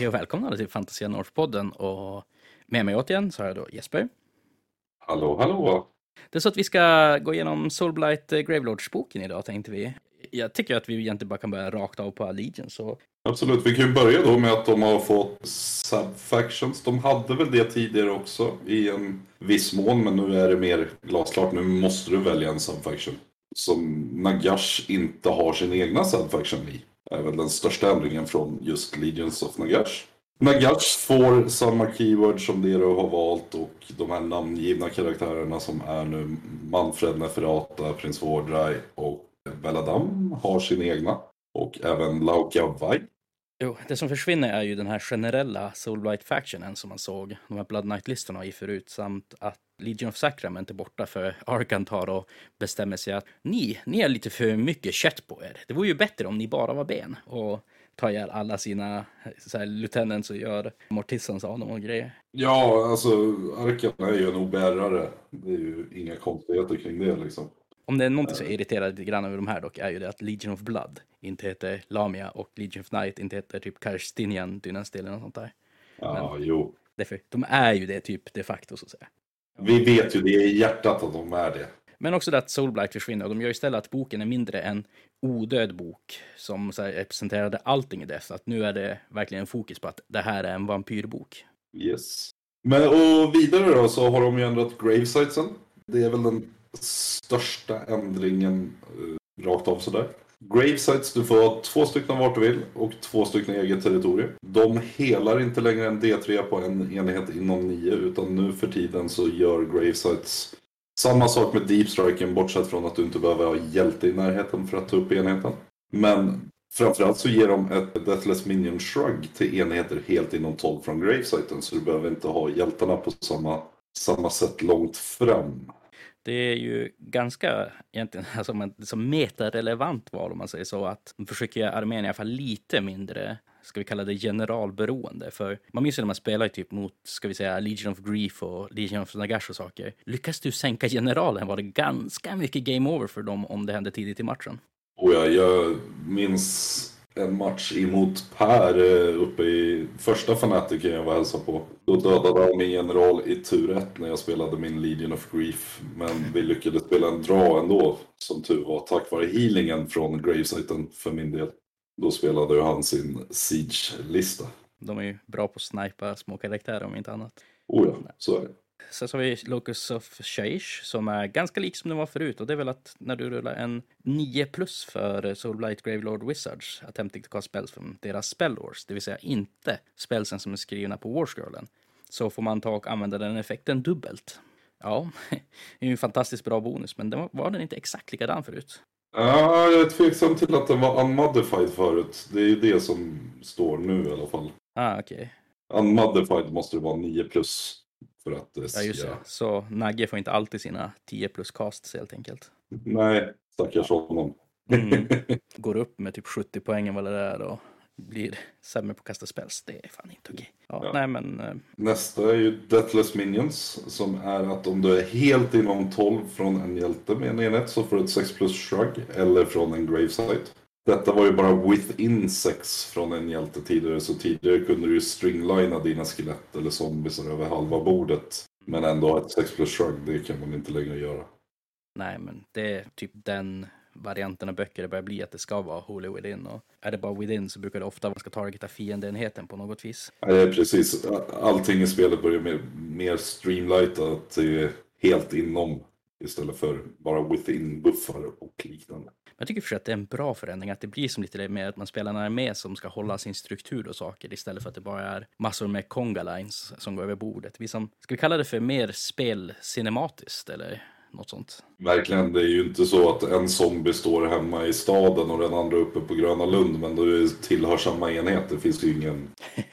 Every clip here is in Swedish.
Hej och välkomna till Fantasia North-podden, och med mig återigen så har jag då Jesper. Hallå, hallå. Det är så att vi ska gå igenom Soulblight Gravelords-boken idag, tänkte vi. Jag tycker att vi egentligen bara kan börja rakt av på Allegiance. Så... Absolut, vi kan ju börja då med att de har fått subfactions. De hade väl det tidigare också i en viss mån, men nu är det mer glasklart. Nu måste du välja en subfaction som Nagash inte har sin egna subfaction i. Det är väl den största ändringen från just Legions of Nagash. Nagash får samma keyword som det du har valt, och de här namngivna karaktärerna som är nu Manfred Neferata, Prins Vordrai och Belladam har sin egna. Och även Laukavai. Jo, det som försvinner är ju den här generella Soulblight-factionen som man såg de här Blood Knight-listorna i förut, samt att Legion of Sacrament är borta, för Arkan tar och bestämmer sig att ni är lite för mycket kött på er. Det vore ju bättre om ni bara var ben och tar ihjäl alla sina så här, lieutenants och gör mortissans av dem och grejer. Ja, alltså Arkan är ju en obärare. Det är ju inga konstigheter kring det liksom. Om det är någonting som irriterar lite grann över de här dock, är ju det att Legion of Blood inte heter Lamia och Legion of Night inte heter typ Karstinian-dynastin eller något sånt där. Ja, jo. Därför, de är ju det typ de facto, så att säga. Vi vet ju det i hjärtat att de är det. Men också det att Soulblight försvinner, och de gör istället att boken är mindre en odöd bok som så här, representerade allting i det. Så att nu är det verkligen en fokus på att det här är en vampyrbok. Yes. Men och vidare då så har de ju ändrat gravesitesen. Det är väl den största ändringen rakt av sådär. Gravesites, du får ha 2 stycken vart du vill och 2 stycken eget territorium. De helar inte längre en D3 på en enhet inom 9, utan nu för tiden så gör gravesites samma sak med deep striken, bortsett från att du inte behöver ha hjälte i närheten för att ta upp enheten. Men framförallt så ger de ett Deathless Minion Shrug till enheter helt inom 12 från gravesiten, så du behöver inte ha hjältarna på samma sätt långt fram. Det är ju ganska egentligen alltså, metarelevant val, om man säger så, att de försöker göra armén i alla fall lite mindre, ska vi kalla det generalberoende. För man minns ju när man spelar typ mot, ska vi säga, Legion of Grief och Legion of Nagash och saker. Lyckas du sänka generalen var det ganska mycket game over för dem om det hände tidigt i matchen. Och jag minns en match emot Per uppe i första fanatiken jag var hälsa på. Då dödade han min general i tur 1 när jag spelade min Legion of Grief. Men vi lyckades spela en dra ändå, som tur var, tack vare healingen från gravesiten för min del. Då spelade ju han sin siege-lista. De är ju bra på att snipa små karaktärer om inte annat. Oh ja, så är det. Sen så har vi Locus of Shaish som är ganska lik som den var förut. Och det är väl att när du rullar en 9+ för Soulblight Gravelord Wizards attempting to cast spells från deras spellors, det vill säga inte spelsen som är skrivna på Warscrollen, så får man ta och använda den effekten dubbelt. Ja, det är ju en fantastiskt bra bonus, men var den inte exakt likadan förut? Ja, jag är tveksam till att den var unmodified förut. Det är ju det som står nu i alla fall. Okej. Unmodified måste det vara 9+. För att det ja, just det. Så Nagge får inte alltid sina 10+ casts helt enkelt. Nej, stackars honom. Går upp med typ 70 poäng vad det är och blir sämre på att kasta spells. Det är fan inte okej. Ja. Nej, men... Nästa är ju Deathless Minions, som är att om du är helt inom 12 från en hjälte med en enhet så får du ett 6+ shrug, eller från en gravesite. Detta var ju bara within 6 från en hjälte tidigare, så tidigare kunde du ju stringlina dina skelett eller zombies över halva bordet. Men ändå ha ett 6+ shrug, det kan man inte längre göra. Nej, men det är typ den varianten av böcker det börjar bli, att det ska vara Holy Within. Och är det bara Within så brukar det ofta vara att man ska targeta fiendenheten på något vis. Nej, precis. Allting i spelet börjar mer streamlightat till helt inom istället för bara within-buffar och liknande. Jag tycker för att det är en bra förändring, att det blir som lite mer att man spelar en armé som ska hålla sin struktur och saker, istället för att det bara är massor med conga lines som går över bordet. Ska vi kalla det för mer spel cinematiskt eller något sånt? Verkligen, det är ju inte så att en zombie står hemma i staden och den andra uppe på Gröna Lund, men du tillhör samma enhet, det finns ju ingen...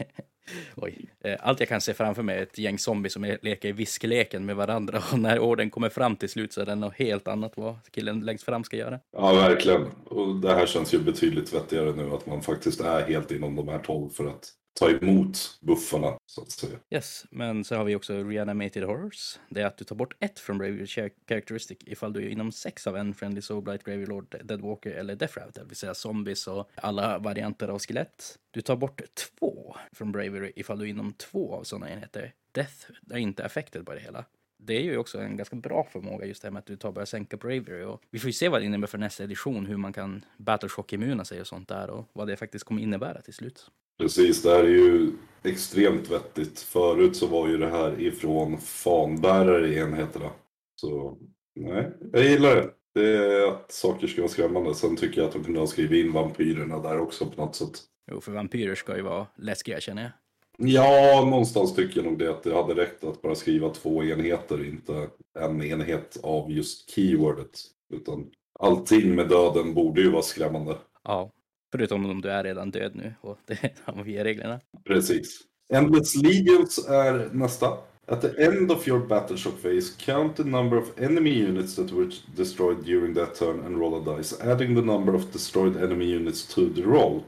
Oj. Allt jag kan se framför mig är ett gäng zombies som leker i viskeleken med varandra, och när orden kommer fram till slut så är det något helt annat vad killen längst fram ska göra. Ja, verkligen. Och det här känns ju betydligt vettigare nu, att man faktiskt är helt inom de här 12, för att ta emot buffarna, så att säga. Yes, men så har vi också Reanimated Horrors. Det är att du tar bort ett från Bravery Characteristic ifall du är inom 6 av en Friendly Soulblight, Gravelord, Deadwalker eller Death Rattle, det vill säga zombies och alla varianter av skelett. Du tar bort 2 från Bravery ifall du är inom 2 av sådana enheter. Death är inte affected på det hela. Det är ju också en ganska bra förmåga just det här med att du börjar sänka Bravery. Och vi får ju se vad det innebär för nästa edition, hur man kan Battleshock-immuna sig och sånt där och vad det faktiskt kommer innebära till slut. Precis, det här är ju extremt vettigt. Förut så var ju det här ifrån fanbärare i enheterna. Så nej, jag gillar det. Det är att saker ska vara skrämmande. Sen tycker jag att de kunde ha skrivit in vampyrerna där också på något sätt. Jo, för vampyrer ska ju vara läskiga, känner jag. Ja, någonstans tycker jag nog det att det hade räckt att bara skriva 2 enheter, inte en enhet av just keywordet. Utan allting med döden borde ju vara skrämmande. Ja, förutom om du är redan död nu och det har vi reglerna. Precis. Endless Legions är nästa. At the end of your Battleshock phase, count the number of enemy units that were destroyed during that turn and roll a dice, adding the number of destroyed enemy units to the roll.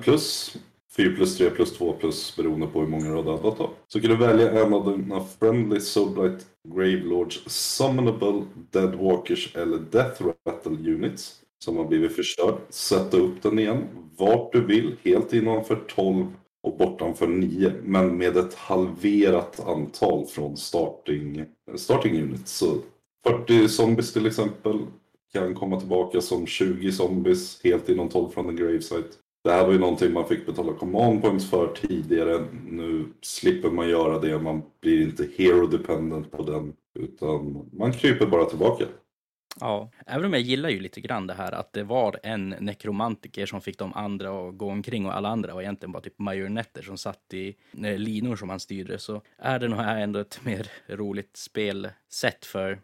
5+, 4+, 3+, 2+, beroende på hur många du har dödat då. Så kan du välja en av dina Friendly Soulblight, Gravelords, Summonable, Deadwalkers eller Death Rattle units som har blivit förstörd. Sätta upp den igen vart du vill, helt innanför 12 och bortanför 9, men med ett halverat antal från starting units. Så 40 zombies till exempel kan komma tillbaka som 20 zombies helt inom 12 från en gravesite. Det här var ju någonting man fick betala command points för tidigare. Nu slipper man göra det, man blir inte hero dependent på den, utan man kryper bara tillbaka. Ja, även om jag gillar ju lite grann det här att det var en nekromantiker som fick de andra att gå omkring och alla andra var egentligen bara typ marionetter som satt i linor som han styrde, så är det nog här ändå ett mer roligt spelsätt för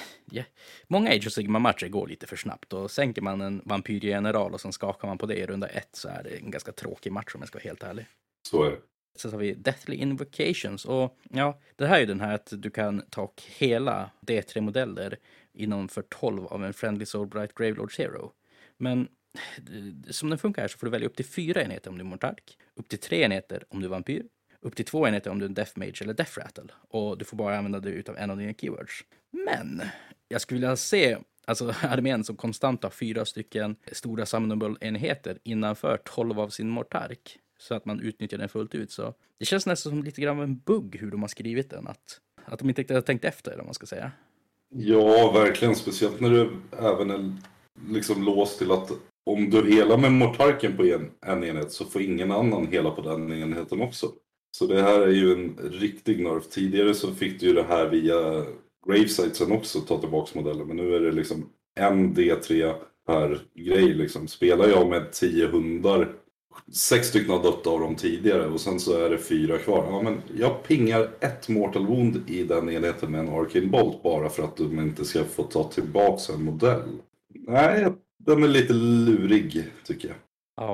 många Age of Sigmar-matcher går lite för snabbt och sänker man en vampyrgeneral och sen skakar man på det i runda 1 så är det en ganska tråkig match om jag ska vara helt ärlig. Så är det. Så har vi Deathly Invocations och ja, det här är ju den här att du kan ta hela D3-modeller inom för 12 av en Friendly Soulblight Gravelord Zero. Men som den funkar här så får du välja upp till 4 enheter om du är Mortark, upp till 3 enheter om du är vampyr, upp till 2 enheter om du är Death Mage eller Death Rattle. Och du får bara använda det utav en av dina keywords. Men jag skulle vilja se armén som konstant har 4 stycken stora summonable-enheter innanför 12 av sin Mortark. Så att man utnyttjar den fullt ut. Så det känns nästan som lite grann av en bugg hur de har skrivit den. Att de inte har tänkt efter, om man ska säga. Ja, verkligen. Speciellt när du även är liksom låst till att om du helar med Mortarken på en enhet så får ingen annan hela på den enheten också. Så det här är ju en riktig nerf. Tidigare så fick du ju det här via gravesitesen också, ta tillbaka modellen. Men nu är det liksom en D3 per grej liksom. Spelar jag med 10 hundar, 6 stycken har dött av dem tidigare och sen så är det 4 kvar. Ja, men jag pingar ett Mortal Wound i den enheten med en Arcane Bolt bara för att de inte ska få ta tillbaka en modell. Nej, den är lite lurig tycker jag.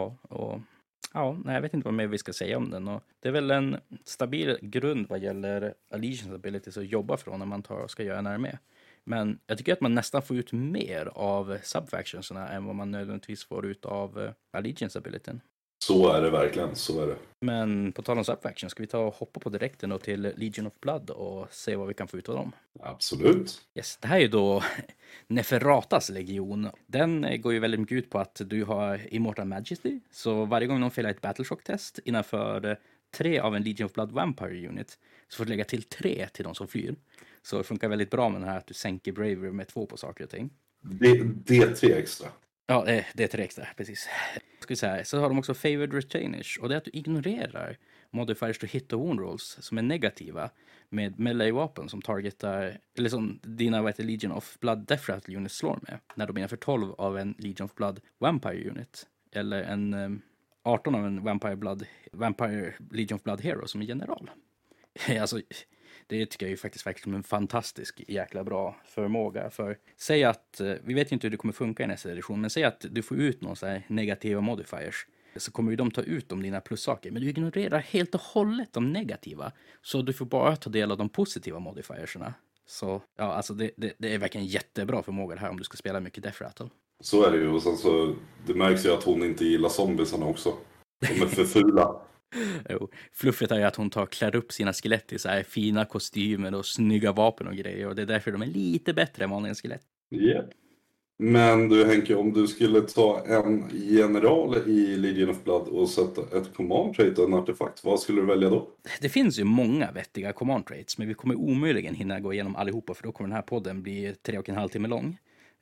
Nej, jag vet inte vad mer vi ska säga om den. Och det är väl en stabil grund vad gäller Allegiance abilities att jobba från när man ska göra en armé. Men jag tycker att man nästan får ut mer av subfactionsarna än vad man nödvändigtvis får ut av Allegiance abilityn. Så är det verkligen, så är det. Men på tal om subfaction, ska vi ta och hoppa på direkten till Legion of Blood och se vad vi kan få ut av dem? Absolut. Yes, det här är ju då Neferatas legion. Den går ju väldigt mycket ut på att du har Immortal Majesty. Så varje gång någon failar ett Battleshock-test innanför 3 av en Legion of Blood Vampire Unit så får du lägga till 3 till de som flyr. Så det funkar väldigt bra med den här att du sänker Bravery med 2 på saker och ting. Det är 3 extra. Ja, det är 3 extra, precis. Ska vi säga, så har de också Favored Retainers. Och det är att du ignorerar modifiers to hit och wound rolls som är negativa med melee-vapen som targetar, eller som dina Legion of Blood Death Rattle units slår med. När de är för 12 av en Legion of Blood Vampire unit. Eller en 18 av en Vampire Legion of Blood Hero som är general. Alltså, det tycker jag ju faktiskt verkar som en fantastisk jäkla bra förmåga. För säg att, vi vet ju inte hur det kommer funka i nästa edition, men säg att du får ut någon så här negativa modifiers. Så kommer ju de ta ut de dina plussaker. Men du ignorerar helt och hållet de negativa. Så du får bara ta del av de positiva modifierserna. Så ja, alltså det är verkligen jättebra förmåga det här om du ska spela mycket Death Rattle. Så är det ju. Och sen så, det märks ju att hon inte gillar zombiesarna också. De är för fula. Jo, fluffet är ju att hon klär upp sina skelett i så här fina kostymer och snygga vapen och grejer. Och det är därför de är lite bättre än vanliga skelett. Yeah. Men du Henke, om du skulle ta en general i Legion of Blood och sätta ett command trait och en artefakt, vad skulle du välja då? Det finns ju många vettiga command traits, men vi kommer omöjligen hinna gå igenom allihopa, för då kommer den här podden bli 3,5 timmar lång.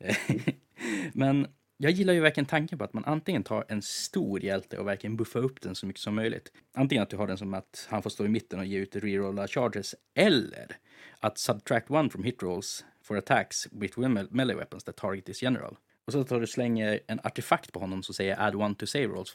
Men jag gillar ju verkligen tanken på att man antingen tar en stor hjälte och verkligen buffar upp den så mycket som möjligt. Antingen att du har den som att han får stå i mitten och ge ut rerolla charges, eller att subtract 1 from hit rolls for attacks with melee weapons that target is general. Och så tar du slänger en artefakt på honom som säger add 1 to save rolls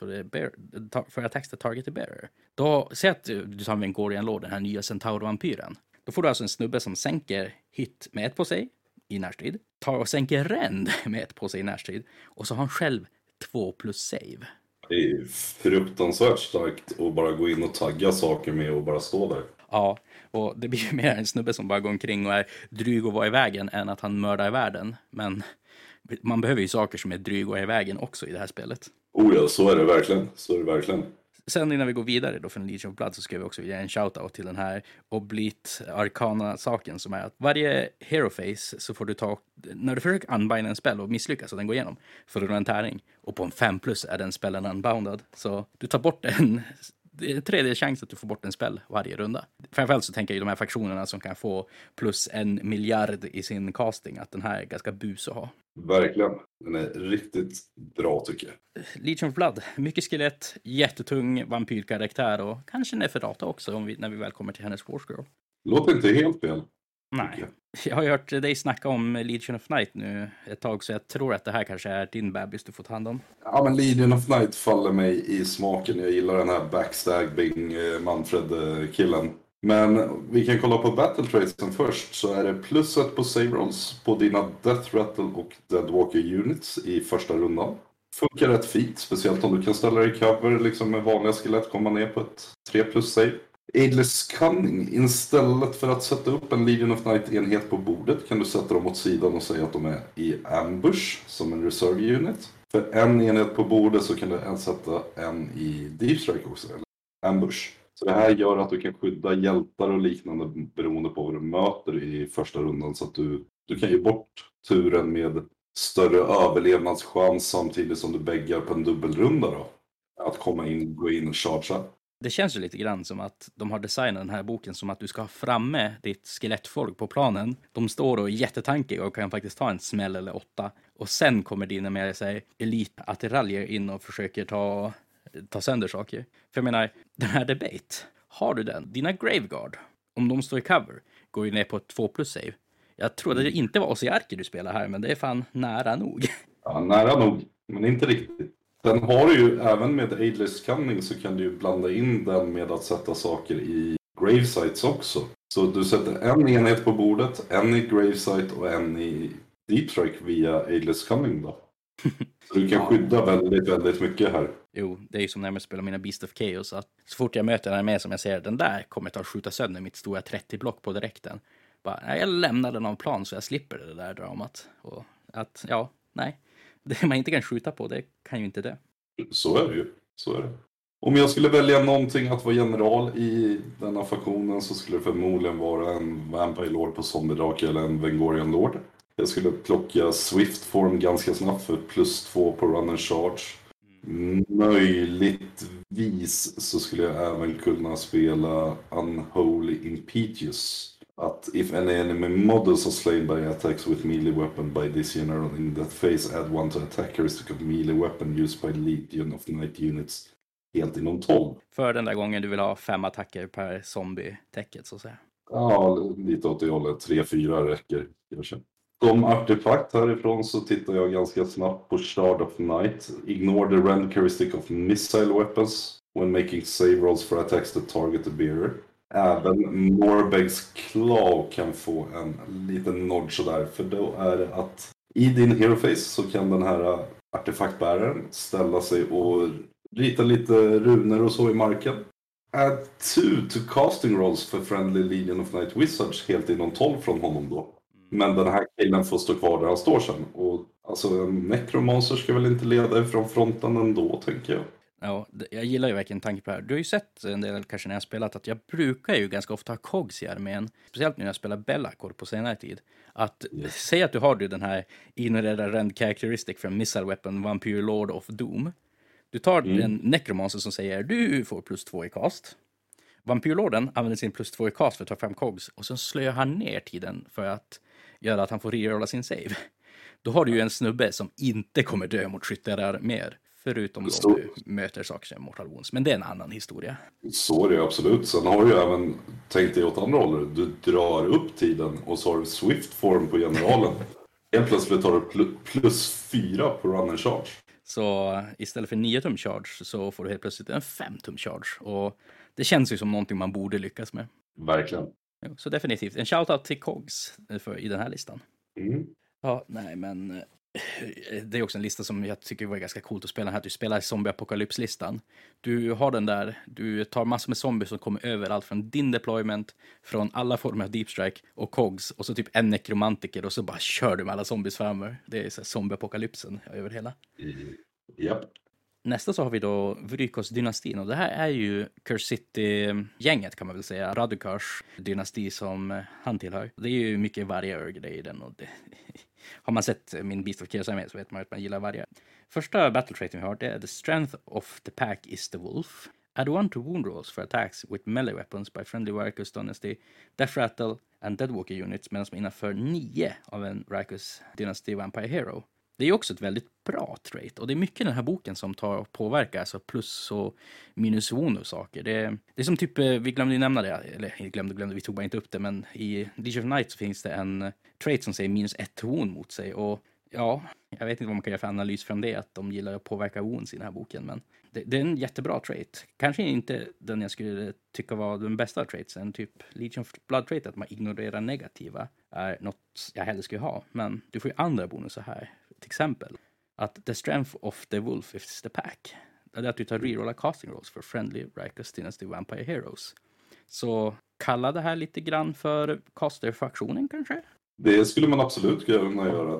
for attacks that target the bearer. Då, säg att du tar en Vengorian Lord, den här nya Centauro-vampyren. Då får du alltså en snubbe som sänker hit med 1 på sig i närstrid, tar och sänker rend med 1 på sig i närstrid, och så har han själv 2 plus save. Det är fruktansvärt starkt att bara gå in och tagga saker med och bara stå där. Ja, och det blir ju mer en snubbe som bara går omkring och är dryg och var i vägen än att han mördar i världen. Men man behöver ju saker som är dryg och är i vägen också i det här spelet. Oh ja, så är det verkligen. Så är det verkligen. Sen innan vi går vidare då från Legion of Blood så ska vi också ge en shoutout till den här Oblite Arcana-saken som är att varje hero face så får du ta, när du försöker unbind en spell och misslyckas och den går igenom, får du en tärning. Och på en 5+ är den spellen unbounded. Så du tar bort det är en tredje chans att du får bort en spell varje runda. Framförallt så tänker jag i de här faktionerna som kan få plus 1 miljard i sin casting, att den här är ganska bus att ha. Verkligen. Den är riktigt bra tycker jag. Legion of Blood, mycket skelett, jättetung vampyrkaraktär och kanske Neferata också när vi väl kommer till hennes War Scroll. Låter inte helt fel. Nej, jag har hört dig snacka om Legion of Night nu ett tag, så jag tror att det här kanske är din bebis du får ta hand om. Ja, men Legion of Night faller mig i smaken. Jag gillar den här backstabbing Manfred-killen. Men vi kan kolla på battle traitsen först, så är det plus 1 på save rolls på dina Death Rattle och Deadwalker units i första rundan. Funkar rätt fint, speciellt om du kan ställa dig i cover liksom med vanliga skelett, komma ner på ett 3+ save. Ageless Cunning, istället för att sätta upp en Legion of Night-enhet på bordet kan du sätta dem åt sidan och säga att de är i ambush som en reserve unit. För en enhet på bordet så kan du sätta en i Deep Strike också, eller ambush. Så det här gör att du kan skydda hjältar och liknande beroende på vad du möter i första rundan, så att du kan ge bort turen med större överlevnadschans samtidigt som du bäggar på en dubbelrunda då. Att gå in och chargea. Det känns ju lite grann som att de har designat den här boken som att du ska ha framme ditt skelettfolk på planen. De står och är jättetankiga och kan faktiskt ta en smäll eller 8. Och sen kommer dina med sig elitattiraljer in och försöker ta sönder saker. För jag menar, den här debate, har du den? Dina Graveguard, om de står i cover, går ju ner på ett 2+ save. Jag trodde det inte var Osiarki du spelar här, men det är fan nära nog. Ja, nära nog, men inte riktigt. Sen har du ju, även med Ageless Cunning så kan du ju blanda in den med att sätta saker i Gravesites också. Så du sätter en enhet på bordet, en i Gravesite och en i Deep Strike via Ageless Cunning då. Så du kan skydda väldigt, väldigt mycket här. Jo, det är ju som när jag spelar mina Beast of Chaos, att så fort jag möter en armé som jag ser, den där kommer ta och skjuta sönder mitt stora 30-block på direkten. Bara, jag lämnar den av plan så jag slipper det där dramat. Och att, ja, nej. Det man inte kan skjuta på, det kan ju inte det. Så är det ju. Så är det. Om jag skulle välja någonting att vara general i denna faktionen så skulle det förmodligen vara en Vampire Lord på Zombie Drake eller en Vengorian Lord. Jag skulle plocka Swift Form ganska snabbt för plus 2 på Run and Charge. Möjligtvis så skulle jag även kunna spela Unholy Impetuous. Att if any enemy models are slain by attacks with melee weapon by this general in that phase, add 1 to attack characteristic of melee weapon used by Legion of Night units helt inom 12. För den där gången du vill ha 5 attacker per zombie-täcket så att säga. Ja, lite åt det hållet. 3-4 räcker kanske. Som artefakt härifrån så tittar jag ganska snabbt på Shard of Night. Ignore the rend characteristic of missile weapons when making save rolls for attacks that target the bearer. Även Morbegs Claw kan få en liten nod sådär. För då är det att i din hero face så kan den här artefaktbäraren ställa sig och rita lite runor och så i marken. Add 2 to casting rolls för Friendly Legion of Night Wizards helt inom 12 från honom då. Men den här killen får stå kvar där han står sen. Och alltså en necromancer ska väl inte leda ifrån fronten ändå, tänker jag. Ja, jag gillar ju verkligen tanken på det här. Du har ju sett en del kanske när jag har spelat att jag brukar ju ganska ofta ha cogs i armén. Speciellt när jag spelar Bellacore på senare tid. Att säga att du har den här ignorerade rend characteristic från Missile Weapon, Vampire Lord of Doom. Du tar en necromancer som säger du får +2 i cast. Vampyrlorden använder sin +2 i cast för att ta fram cogs. Och sen slöar han ner tiden för att göra att han får rerolla sin save. Då har du ju en snubbe som inte kommer dö mot skyttar mer. Förutom då du möter saker som Mortal Wounds. Men det är en annan historia. Så är det absolut. Sen har du ju även tänkt dig åt andra hållet. Du drar upp tiden och så har du Swift form på generalen. Helt plötsligt har du +4 på run and charge. Så istället för 9 tum charge så får du helt plötsligt en 5 tum charge. Och det känns ju som någonting man borde lyckas med. Verkligen. Så definitivt. En shoutout till Cogs i den här listan. Ja, nej men det är också en lista som jag tycker var ganska coolt att spela här. Du spelar zombie-apokalypslistan. Du har den där, du tar massor med zombies som kommer överallt från din deployment, från alla former av deep strike och cogs och så typ en nekromantiker och så bara kör du med alla zombies framåt. Det är så zombie-apokalypsen över hela. Japp. Nästa så har vi då Vrykos-dynastin och det här är ju Curse City-gänget kan man väl säga. Radukars dynasti som han tillhör. Det är ju mycket vargar i den och det... Har man sett min Beast of Chaos armé så vet man att man gillar vargar. Första battle trait vi har det är The strength of the pack is the wolf. Add 1 to wound rolls for attacks with melee weapons by friendly Vrykos dynasty, Death Rattle and Deadwalker units medan man innanför 9 av en Vrykos dynasty Vampire Hero. Det är ju också ett väldigt bra trait. Och det är mycket i den här boken som påverkar. Alltså plus och minus wound saker. Det är som typ, vi glömde ju nämna det. Eller glömde, vi tog bara inte upp det. Men i Legion of Night så finns det en trait som säger -1 wound mot sig. Och ja, jag vet inte vad man kan göra för analys från det. Att de gillar att påverka wounds i den här boken. Men det är en jättebra trait. Kanske inte den jag skulle tycka var den bästa traitsen. Typ Legion of Blood trait, att man ignorerar negativa, är något jag hellre skulle ha. Men du får ju andra bonusar här. Till exempel att the strength of the wolf is the pack. Det är att du tar rerolla casting rolls för friendly Vrykos dynasty Vampire Heroes. Så kalla det här lite grann för caster-faktionen kanske? Det skulle man absolut kunna göra.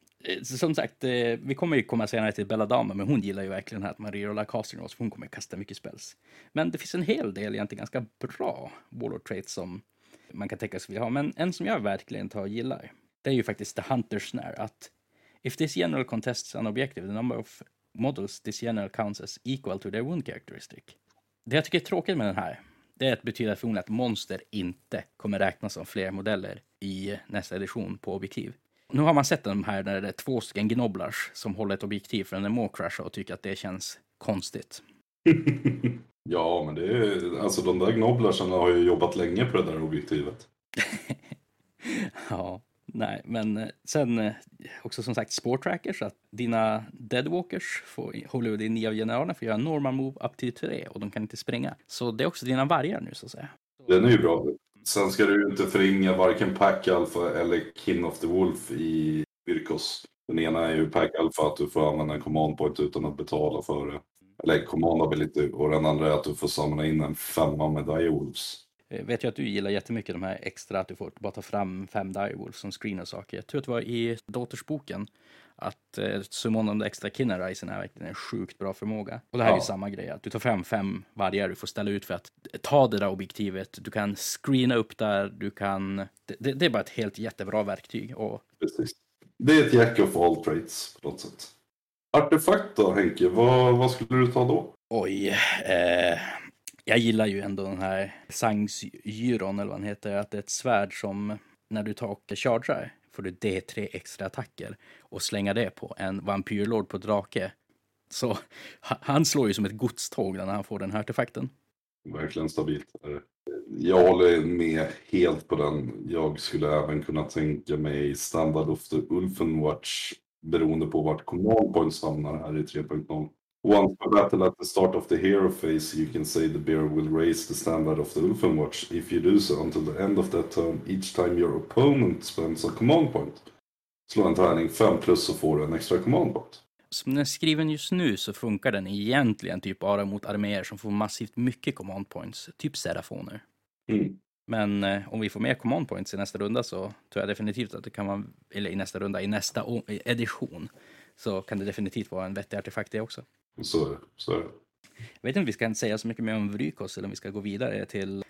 Som sagt, vi kommer ju komma senare till Belladama, men hon gillar ju verkligen här att man rerollar casting rolls, för hon kommer kasta mycket spells. Men det finns en hel del egentligen ganska bra warlord traits som man kan tänka sig vilja ha. Men en som jag verkligen gillar, det är ju faktiskt The Hunter's Snare. Att if this general contests an objective, the number of models this general counts as equal to their wound characteristic. Det jag tycker är tråkigt med den här, det är att betyda förmodligen att monster inte kommer räknas som fler modeller i nästa edition på objektiv. Nu har man sett de här när det är 2 gnoblars som håller ett objektiv för en Maw-crusher och tycker att det känns konstigt. Ja, men det är, alltså de där gnoblarsarna har ju jobbat länge på det där objektivet. Ja, nej, men sen också som sagt spårtrackers, så att dina deadwalkers håller din 9 av generalerna för att göra en normal move up till 3 och de kan inte springa. Så det är också dina vargar nu så att säga. Den är ju bra. Sen ska du ju inte förringa varken Pack Alpha eller Kin of the Wolf i Vrykos. Den ena är ju Pack Alpha, att du får använda en command point utan att betala för det. Eller command ability. Och den andra är att du får samla in en 5 med Direwolves. Vet jag att du gillar jättemycket de här extra, att du får bara ta fram 5 Direwolves som screenar saker. Jag tror att det var i Dottersboken att summon de extra Kinnerisen är verkligen en sjukt bra förmåga. Och det här är ju samma grej, att du tar fram 5 vargar du får ställa ut för att ta det där objektivet. Du kan screena upp där, du kan... Det är bara ett helt jättebra verktyg. Och... Precis. Det är ett jack of all traits på något sätt. Artefakt då, Henke? Vad skulle du ta då? Oj, jag gillar ju ändå den här Sangsgyron eller vad den heter. Att det är ett svärd som när du tar och chargear får du D3 extra attacker och slänga det på en vampyrlord på drake. Så han slår ju som ett godståg när han får den här artefakten. Verkligen stabilt. Jag håller med helt på den. Jag skulle även kunna tänka mig Standard of the Ulfenwatch beroende på vart command points hamnar här i 3.0. Once per battle at the start of the hero phase, you can say the bearer will raise the standard of the Ulfenwatch. If you do so until the end of that turn, each time your opponent spends a command point. Slå en tärning 5+ så får du en extra command point. Som den är skriven just nu så funkar den egentligen typ bara mot arméer som får massivt mycket command points, typ serafoner. Men om vi får mer command points i nästa runda så tror jag definitivt att det kan vara, eller i nästa runda, i nästa edition, så kan det definitivt vara en vettig artefakt det också. Så är det. Jag vet inte om vi ska säga så mycket mer om Vrykos eller om vi ska gå vidare till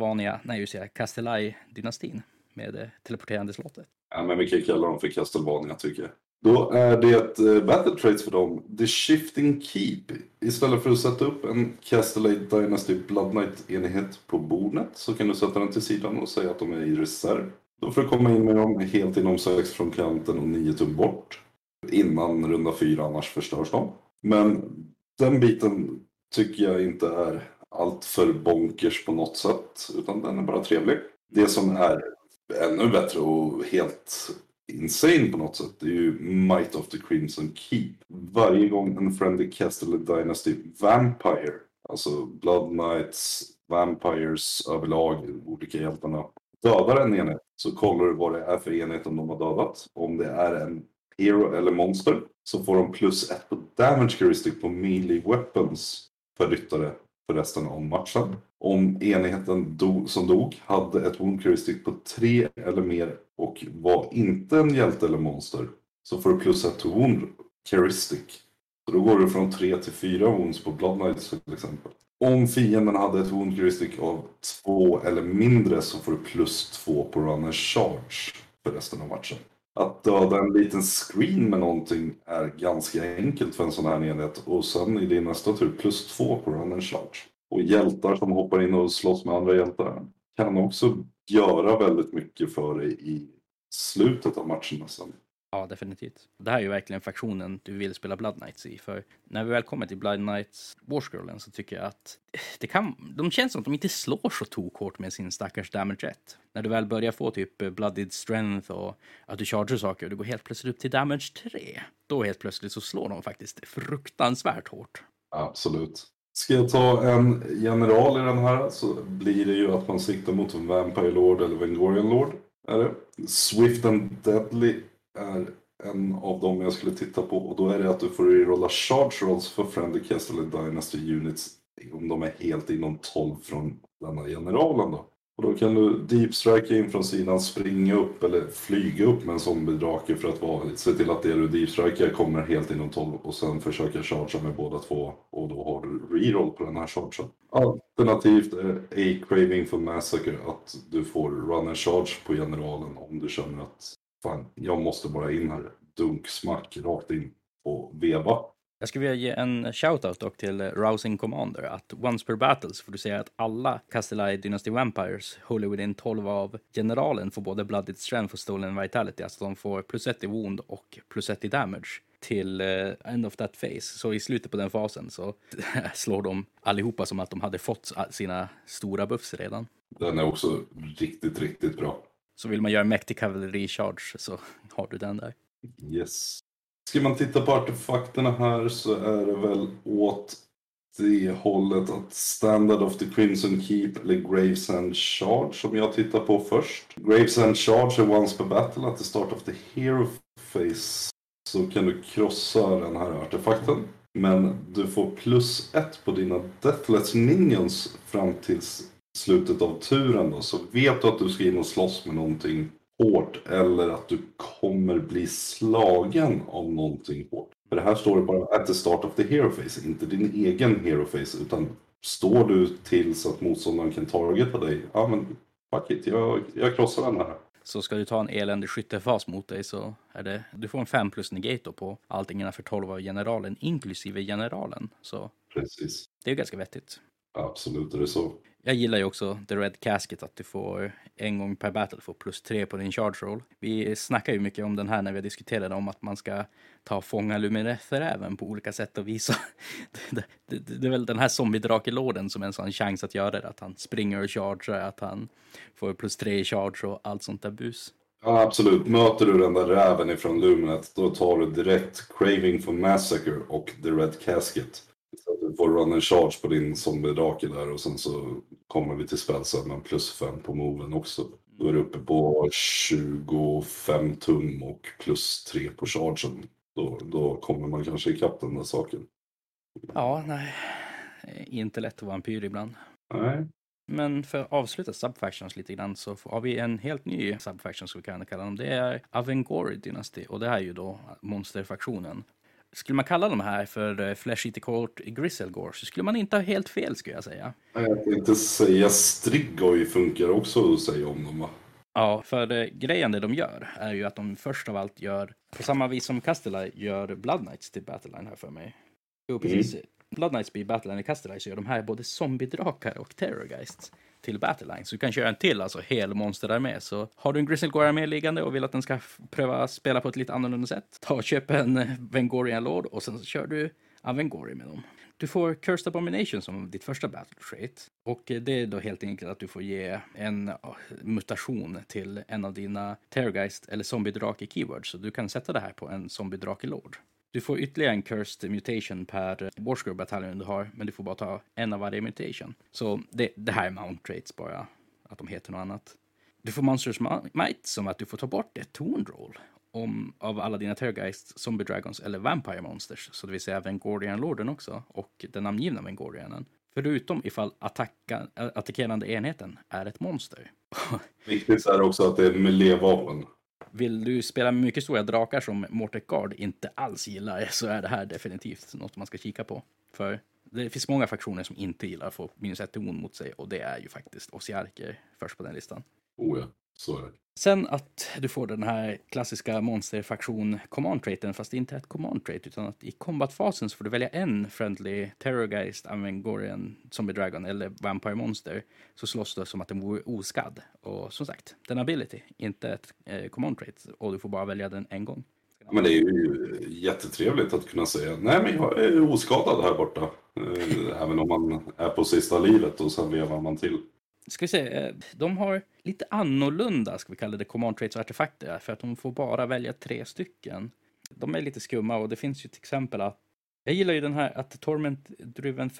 Castellai-dynastin med det teleporterande slottet. Ja, men vi kan kalla dem för Castlevania tycker jag. Då är det battle traits för dem. The Shifting Keep. Istället för att sätta upp en Castellai Dynasty Blood Knight-enhet på bordet så kan du sätta den till sidan och säga att de är i reserv. Då får du komma in med dem helt inom 6 från kanten och 9 tum bort. Innan runda 4, annars förstörs de. Men den biten tycker jag inte är allt för bonkers på något sätt. Utan den är bara trevlig. Det som är ännu bättre och helt insane på något sätt, det är ju Might of the Crimson Keep. Varje gång en Friendly Castle Dynasty Vampire, alltså Blood Knights, Vampires överlag, olika hjältarna, dödar en enhet, så kollar du vad det är för enhet de har dödat. Om det är en hero eller monster så får de +1 på damage heuristic på melee weapons för ryttare för resten av matchen. Om enheten som dog hade ett wound heuristic på 3 eller mer och var inte en hjälte eller monster så får du +1 to wound heuristic. Så då går du från 3 till 4 wounds på Blood Knights till exempel. Om fienden hade ett wound heuristic av 2 eller mindre så får du +2 på runner charge för resten av matchen. Att döda en liten screen med någonting är ganska enkelt för en sån här enhet. Och sen i din nästa tur +2 på runner charge. Och hjältar som hoppar in och slåss med andra hjältar kan också göra väldigt mycket för dig i slutet av matchen nästan. Ja, definitivt. Det här är ju verkligen faktionen du vill spela Blood Knights i. För när vi väl kommer till Blood Knights Warscrollen så tycker jag att de känns som att de inte slår så tokhårt med sin stackars damage 1. När du väl börjar få typ Blooded Strength och att du charger saker och du går helt plötsligt upp till damage 3. Då helt plötsligt så slår de faktiskt fruktansvärt hårt. Absolut. Ska jag ta en general i den här så blir det ju att man siktar mot en Vampire Lord eller Vengorian Lord. Är det? Swift and Deadly är en av dem jag skulle titta på. Och då är det att du får rolla charge rolls för Friendly Castle Dynasty Units om de är helt inom 12 från denna generalen då. Och då kan du deep strike in från sidan, springa upp eller flyga upp med en zombie-drake för att se till att det du deep striker kommer helt inom 12 och sen försöka chargea med båda två och då har du reroll på den här chargen. Alternativt är A-craving for massacre att du får runner charge på generalen om du känner att fan, jag måste bara in här, dunk, smack, rakt in och veva. Jag skulle vilja ge en shoutout dock till Rousing Commander att once per battle så får du säga att alla Castellai Dynasty Vampires håller within 12 av generalen får både Blooded Strength och Stolen Vitality. Alltså de får +1 i wound och +1 i damage till end of that phase. Så i slutet på den fasen så slår de allihopa som att de hade fått sina stora buffs redan. Den är också riktigt, riktigt bra. Så vill man göra mäktig cavalry charge så har du den där. Yes. Ska man titta på artefakterna här så är det väl åt det hållet att Standard of the Crimson Keep eller Gravesend Charge som jag tittar på först. Gravesend Charge är once per battle at the start of the hero phase så kan du krossa den här artefakten. Men du får +1 på dina Deathless Minions fram till slutet av turen då. Så vet du att du ska in och slåss med någonting hårt eller att du kommer bli slagen av någonting hårt. För det här står det bara at the start of the hero phase, inte din egen hero phase, utan står du till så att motståndaren kan targeta dig, ja men fuck it, jag krossar den här. Så ska du ta en eländig skyttefas mot dig så är det, du får en 5 plus negator på allting innanför 12 av generalen, inklusive generalen. Så precis. Det är ganska vettigt. Absolut, är det så. Jag gillar ju också The Red Casket, att du får en gång per battle får +3 på din charge roll. Vi snackar ju mycket om den här när vi diskuterade om att man ska ta fånga Luminether även på olika sätt och visa. Det är väl den här zombie-drakelorden som är en sån chans att göra det. Att han springer och charger, att han får +3 i charge och allt sånt där bus. Ja, absolut. Möter du den där räven ifrån Luminet, då tar du direkt Craving for Massacre och The Red Casket. Så att du får run and charge på din zombie-drake där och sen så kommer vi till spelsen med +5 på moven också. Då är du uppe på 25 tum och +3 på chargen. Då kommer man kanske ikapp den där saken. Ja, nej. Inte lätt att vara en pyr ibland. Nej. Men för att avsluta subfactions lite grann så har vi en helt ny subfaction som vi kan kalla dem. Det är Avengori Dynasty och det här är ju då monsterfaktionen. skulle man kalla de här för Flesh Eater Court Griselgore så skulle man inte ha helt fel, skulle jag säga. Jag tänkte säga Strigoi funkar också att säga om dem, va? Ja, för grejen det de gör är ju att de först av allt gör, på samma vis som Castelli gör Blood Knights till Battleline här för mig. Jo, precis. Blood Knights blir Battleline i Castelli, så gör de här både zombiedrakar och terrorgeists till Battleline. Så du kan köra en till, alltså hel monsterarmé. Så har du en Griselgore-armé liggande och vill att den ska pröva spela på ett lite annorlunda sätt, ta och köp en Vengorian Lord och sen så kör du Avengori med dem. Du får Cursed Abomination som ditt första battle trait. Och det är då helt enkelt att du får ge en mutation till en av dina Terrorgeist eller zombiedrake keywords. Så du kan sätta det här på en zombiedrake lord. Du får ytterligare en Cursed Mutation per Warscroll bataljon du har, men du får bara ta en av varje mutation. Så det här är mount traits bara, att de heter något annat. Du får Monsters Might som att du får ta bort ett Toon Roll av alla dina Terrorgeist, Zombie Dragons eller Vampire Monsters. Så det vill säga Vengorian Lorden också och den namngivna Vengorianen. Förutom ifall attackerande enheten är ett monster. Viktigt är också att det är melee-vapen. Vill du spela mycket stora drakar som Mortek Guard inte alls gillar, så är det här definitivt något man ska kika på. För det finns många faktioner som inte gillar att få minus 1 ton mot sig, och det är ju faktiskt Osiarker först på den listan. Oh ja, så är det. Sen att du får den här klassiska monsterfaktion command traiten, fast inte ett command trait, utan att i combatfasen så får du välja en friendly Terrorgeist, Avengorian, Zombie Dragon eller Vampire Monster, så slåss du som att den vore oskadd. Och som sagt, den ability, inte ett command trait, och du får bara välja den en gång. Men det är ju jättetrevligt att kunna säga nej, men jag är oskadad här borta. Även om man är på sista livet och sen lever man till. Ska vi se, de har lite annorlunda, ska vi kalla det, command traits och artefakter, för att de får bara välja 3 stycken. De är lite skumma, och det finns ju till exempel att jag gillar ju den här att Torment Driven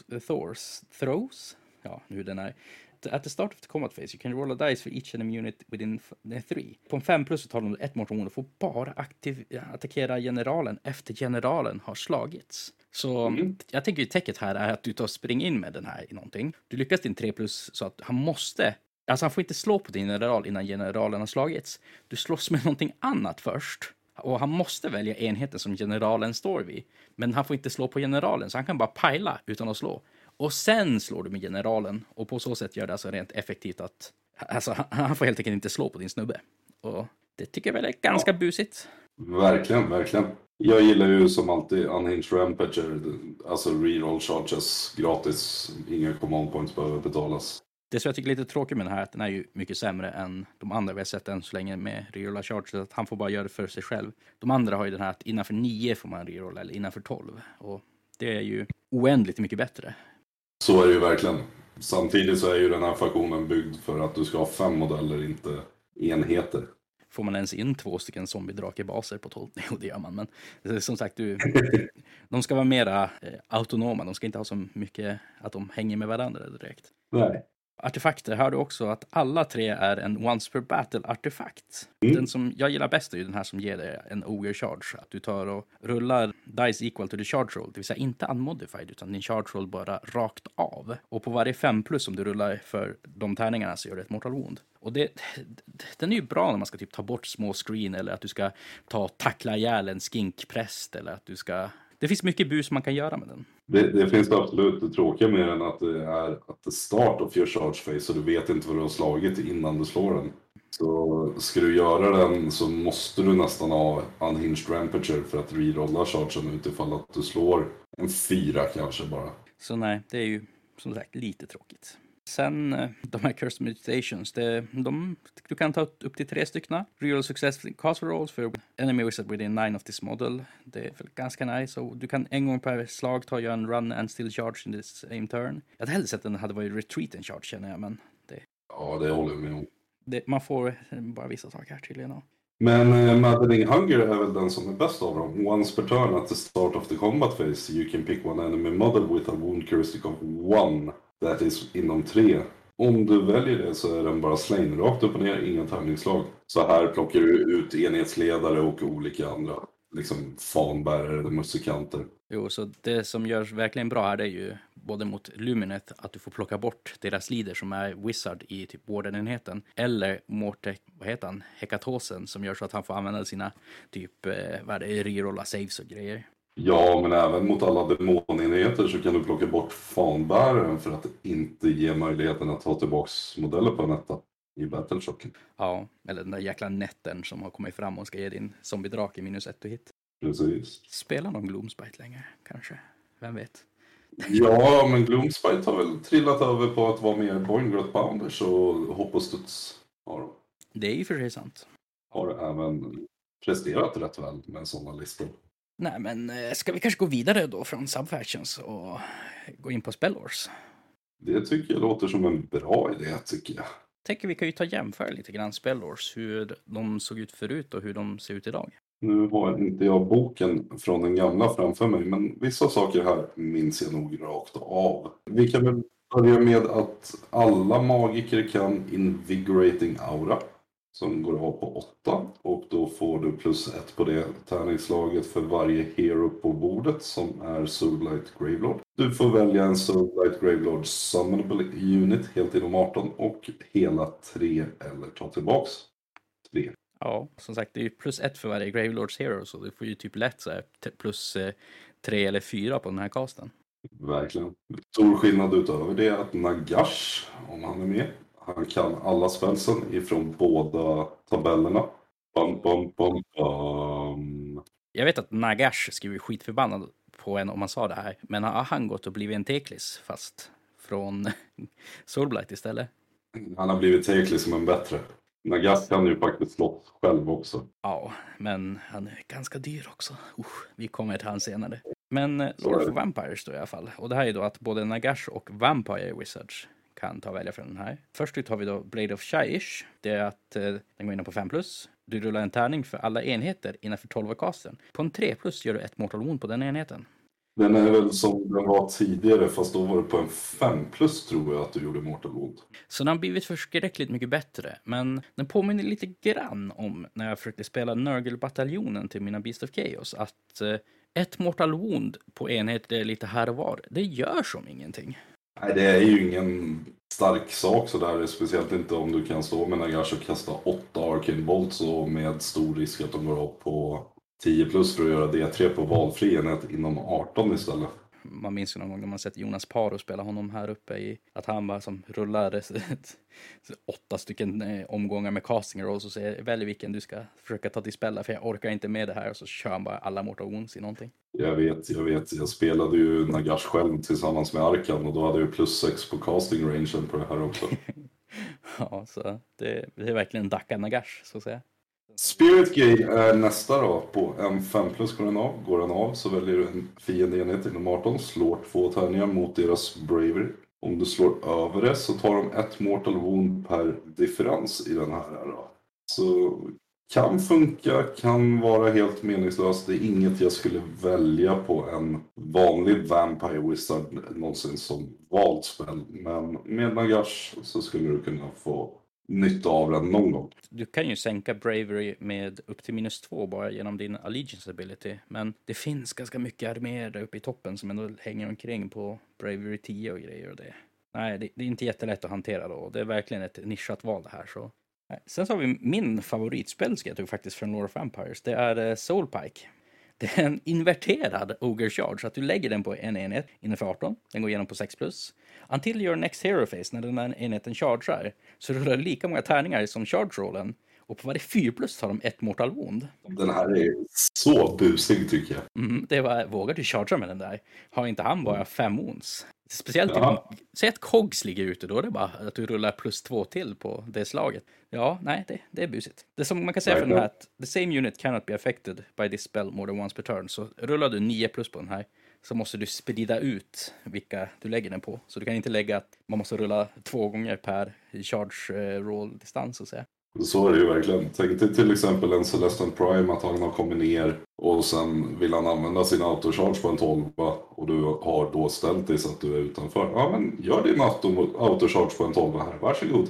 Throws, ja, nu den är. At the start of the combat phase, you can roll a dice for each enemy unit within 3. På en 5+ så tar de ett motion och får bara attackera generalen efter generalen har slagits. Så jag tänker ju täcket här är att du tar spring in med den här i någonting. Du lyckas din 3+ så att han måste, alltså han får inte slå på din general innan generalen har slagits. Du slåss med någonting annat först. Och han måste välja enheten som generalen står vid. Men han får inte slå på generalen, så han kan bara pajla utan att slå. Och sen slår du med generalen. Och på så sätt gör det alltså rent effektivt att, alltså, han får helt enkelt inte slå på din snubbe. Och det tycker jag väl är ganska busigt. Verkligen, verkligen. Jag gillar ju som alltid Unhinged Rampager, alltså reroll charges gratis, inga command points behöver betalas. Det som jag tycker är lite tråkigt med den här, att den är ju mycket sämre än de andra vi har sett än så länge med rerolla charges, att han får bara göra det för sig själv. De andra har ju den här att innanför 9 får man rerolla eller innanför 12. Och det är ju oändligt mycket bättre. Så är det ju verkligen. Samtidigt så är ju den här faktionen byggd för att du ska ha 5 modeller, inte enheter. Får man ens in 2 stycken zombiedrakebaser på 12? Jo, det gör man. Men som sagt, de ska vara mera autonoma. De ska inte ha så mycket att de hänger med varandra direkt. Nej. Artefakter har du också att alla 3 är en once per battle artefakt. Den som jag gillar bäst är ju den här som ger dig en ogre charge. Att du tar och rullar dice equal to the charge roll. Det vill säga inte unmodified, utan din charge roll bara rakt av. Och på varje 5+ som du rullar för de tärningarna så gör det ett mortal wound. Och den är ju bra när man ska typ ta bort små screen, eller att du ska tackla ihjäl en skinkpräst, eller att du ska... Det finns mycket bus man kan göra med den. Det finns absolut. Det tråkiga med den att det är att det start of your charge phase, och du vet inte vad du har slagit innan du slår den. Så ska du göra den så måste du nästan ha Unhinged Rampager för att rerolla chargen utifall att du slår en 4 kanske bara. Så nej, det är ju som sagt lite tråkigt. Sen de här Cursed Mutations, du kan ta upp till 3 stycken. Real Success Castle Rolls för Enemy Wizard within 9 of this model. Det är väl ganska nice. Så du kan en gång per slag ta en run and still charge in the same turn. Jag hade hellre sett att den hade varit retreat and charge, känner jag. Men Ja, det håller jag med om. Man får bara vissa saker här tydligen. Men Maddening Hunger är väl den som är bäst av dem. Once per turn at the start of the combat phase you can pick one enemy model with a wound heuristic of 1. That is inom 3. Om du väljer det så är den bara slängd rakt upp och ner, inga tärningsslag. Så här plockar du ut enhetsledare och olika andra liksom fanbärare eller musikanter. Jo, så det som görs verkligen bra här, det är ju både mot Luminet att du får plocka bort deras leader som är Wizard i typ Warden-enheten, eller Mortek, Hekatosen, som gör så att han får använda sina typ rerolla saves och grejer. Ja, men även mot alla demonenheter så kan du plocka bort fanbäraren för att inte ge möjligheten att ta tillbaks modeller på en etta i Battleshocken. Ja, eller den där jäkla netten som har kommit fram och ska ge din zombie-drake -1 to hit. Precis. Spelar någon Gloomspite längre, kanske? Vem vet? Ja, men Gloomspite har väl trillat över på att vara mer Boingrot Bounders och hopp och studs Det är ju för sig sant. har även presterat rätt väl med sådana listor. Nej, men ska vi kanske gå vidare då från Subfactions och gå in på Spellwars? Det tycker jag låter som en bra idé, tycker jag. Tänker vi kan ju jämföra lite grann Spellwars, hur de såg ut förut och hur de ser ut idag. Nu har inte jag boken från den gamla framför mig, men vissa saker här minns jag nog rakt av. Vi kan väl börja med att alla magiker kan Invigorating Aura, som går av på 8. Och då får du +1 på det tärningsslaget för varje hero på bordet som är Soulblight Gravelord. Du får välja en Soulblight Gravelord Summonable Unit helt inom 18 och hela 3 eller ta tillbaks 3. Ja, som sagt, det är ju +1 för varje Gravelords Hero, så du får ju typ lätt så här +3 eller 4 på den här casten. Verkligen. Stor skillnad utöver det är att Nagash, om han är med, han kan alla spelsen ifrån båda tabellerna. Bam, bam, bam, bam. Jag vet att Nagash skulle bli skitförbannad på en om man sa det här, men har han gått och blivit en Teklis fast från Soulblight istället? Han har blivit Teklis som en bättre. Nagash kan ju faktiskt slåss själv också. Ja, men han är ganska dyr också. Vi kommer till han senare. Men Lord of Vampires då i alla fall. Och det här är då att både Nagash och Vampire Wizards kan ta och välja från den här. Först ut har vi då Blade of Shyish. Det är att den går in på 5+. Du rullar en tärning för alla enheter innanför 12-casten. På en 3+ gör du ett Mortal Wound på den enheten. Den är väl som den var tidigare, fast då var det på en 5+ tror jag att du gjorde Mortal Wound. Så den har blivit förskräckligt mycket bättre. Men den påminner lite grann om när jag försökte spela Nurgle-bataljonen till mina Beast of Chaos. Att ett Mortal Wound på enheter lite här och var, det gör som ingenting. Nej, det är ju ingen stark sak sådär, speciellt inte om du kan stå med Nagash och kasta 8 Arcane Bolts och med stor risk att de går upp på 10+ för att göra D3 på valfri enhet inom 18 istället. Man minns ju någon gång när man sett Jonas Paro spela honom här uppe i att han bara som rullar 8 stycken omgångar med casting rolls och säger välj vilken du ska försöka ta till spela för jag orkar inte med det här, och så kör han bara alla Mortal Wounds i någonting. Jag vet. Jag spelade ju Nagash själv tillsammans med Arkan och då hade jag +6 på casting rangen på det här också. Ja, så det är verkligen Dacka Nagash så att säga. Spirit Gate är nästa då. På en 5+ går den av så väljer du en fiendeenhet inom 18, slår 2 tärningar mot deras bravery. Om du slår över det så tar de ett Mortal Wound per differens i den här då. Så kan funka, kan vara helt meningslöst. Det är inget jag skulle välja på en vanlig Vampire Wizard någonsin som valt spel. Men med Nagash så skulle du kunna få nytta av den någon gång. Du kan ju sänka bravery med upp till -2 bara genom din allegiance ability. Men det finns ganska mycket arméer där uppe i toppen som ändå hänger omkring på bravery 10 och grejer och det. Nej, det är inte jättelätt att hantera då. Det är verkligen ett nischat val det här så. Sen så har vi min favoritspel ska jag tro faktiskt från Lord of Vampires. Det är Soulpike. Det är en inverterad Ogre Charge. Att du lägger den på en enhet innanför 18. Den går igenom på 6+. Until your next hero phase, när den här enheten chargear, så rullar lika många tärningar som charge-rollen. Och på varje 4+ tar de ett Mortal Wound. Den här är så busig tycker jag. Det var, vågar du chargea med den där? Har inte han bara 5 wounds? Speciellt säg att Cogs ligger ute, då är det bara att du rullar +2 till på det slaget. Ja, nej, det är busigt. Det som man kan säga för den här att the same unit cannot be affected by this spell more than once per turn. Så rullar du 9+ på den här så måste du sprida ut vilka du lägger den på. Så du kan inte lägga att man måste rulla 2 gånger per charge roll distans så att säga. Så är det ju verkligen. Tänk dig till exempel en Celestant Prime att han har kommit ner och sen vill han använda sin autocharge på en 12 och du har då ställt dig så att du är utanför. Ja, men gör din autocharge på en 12 här. Varsågod.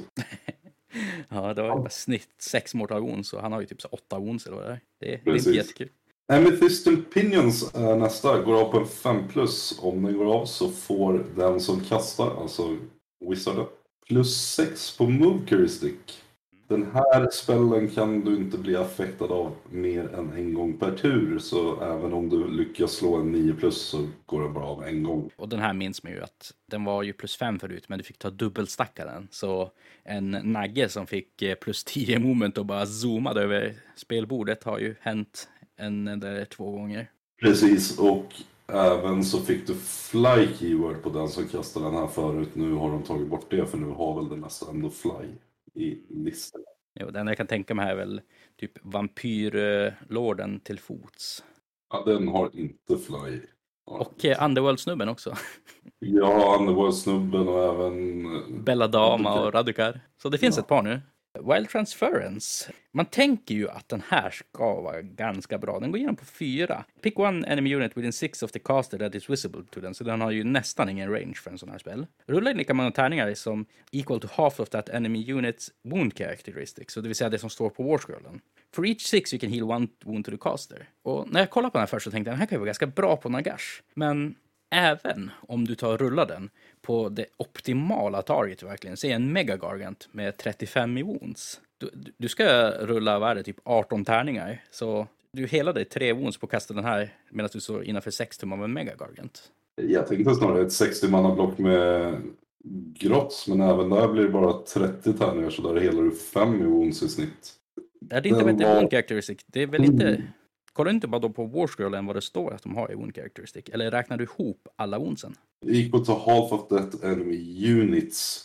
Ja, det var bara snitt 6 Mortal Wounds och han har ju typ så 8 wounds eller vad det är. Det är inte jättekul. Amethyst Pinions är nästa. Går av på en 5+. Om den går av så får den som kastar, alltså Wizarden, +6 på Move Characteristic. Den här spellen kan du inte bli affektad av mer än en gång per tur. Så även om du lyckas slå en 9+ så går det bara av en gång. Och den här minns man ju att den var ju +5 förut, men du fick ta dubbelstackaren. Så en nagge som fick +10 moment och bara zoomade över spelbordet har ju hänt en eller 2 gånger. Precis, och även så fick du fly keyword på den som kastade den här förut. Nu har de tagit bort det, för nu har väl det mesta ändå fly i listan. Jo, den jag kan tänka mig är väl typ vampyrlorden till fots. Ja, den har inte fly. Och Underworld-snubben också. Ja, Underworld-snubben och även... Belladama och Radukar. Så det finns ett par nu. Wild Transference. Man tänker ju att den här ska vara ganska bra. Den går igenom på 4. Pick one enemy unit within 6 of the caster that is visible to them. Så den har ju nästan ingen range för en sån här spel. Rulla in lika många tärningar som equal to half of that enemy units wound characteristics. Så det vill säga det som står på warscrollen. For each 6 you can heal one wound to the caster. Och när jag kollade på den här först så tänkte jag den här kan ju vara ganska bra på Nagash. Men även om du tar och rullar den på det optimala target verkligen, se en Mega Gargant med 35 i wounds. Du ska rulla, vad är det, typ 18 tärningar. Så du helar dig 3 wounds på att kasta den här medan du står innanför 6 tum av en Mega Gargant. Jag tänkte snarare ett 60-manna-block med grotts, men även där blir det bara 30 tärningar, så där helar du 5 i wounds i snitt. Är det inte bättre wound characteristic? Det är väl inte... Kolla inte bara då på warscrollen vad det står att de har i wound characteristic. Eller räknar du ihop alla woundsen? Equal to half of that enemy units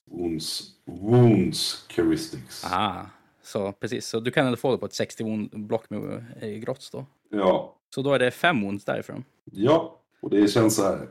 wounds characteristics. Aha, så precis. Så du kan ändå få det på ett 60 wound-block med grotts då? Ja. Så då är det 5 wounds därifrån? Ja, och det känns så här.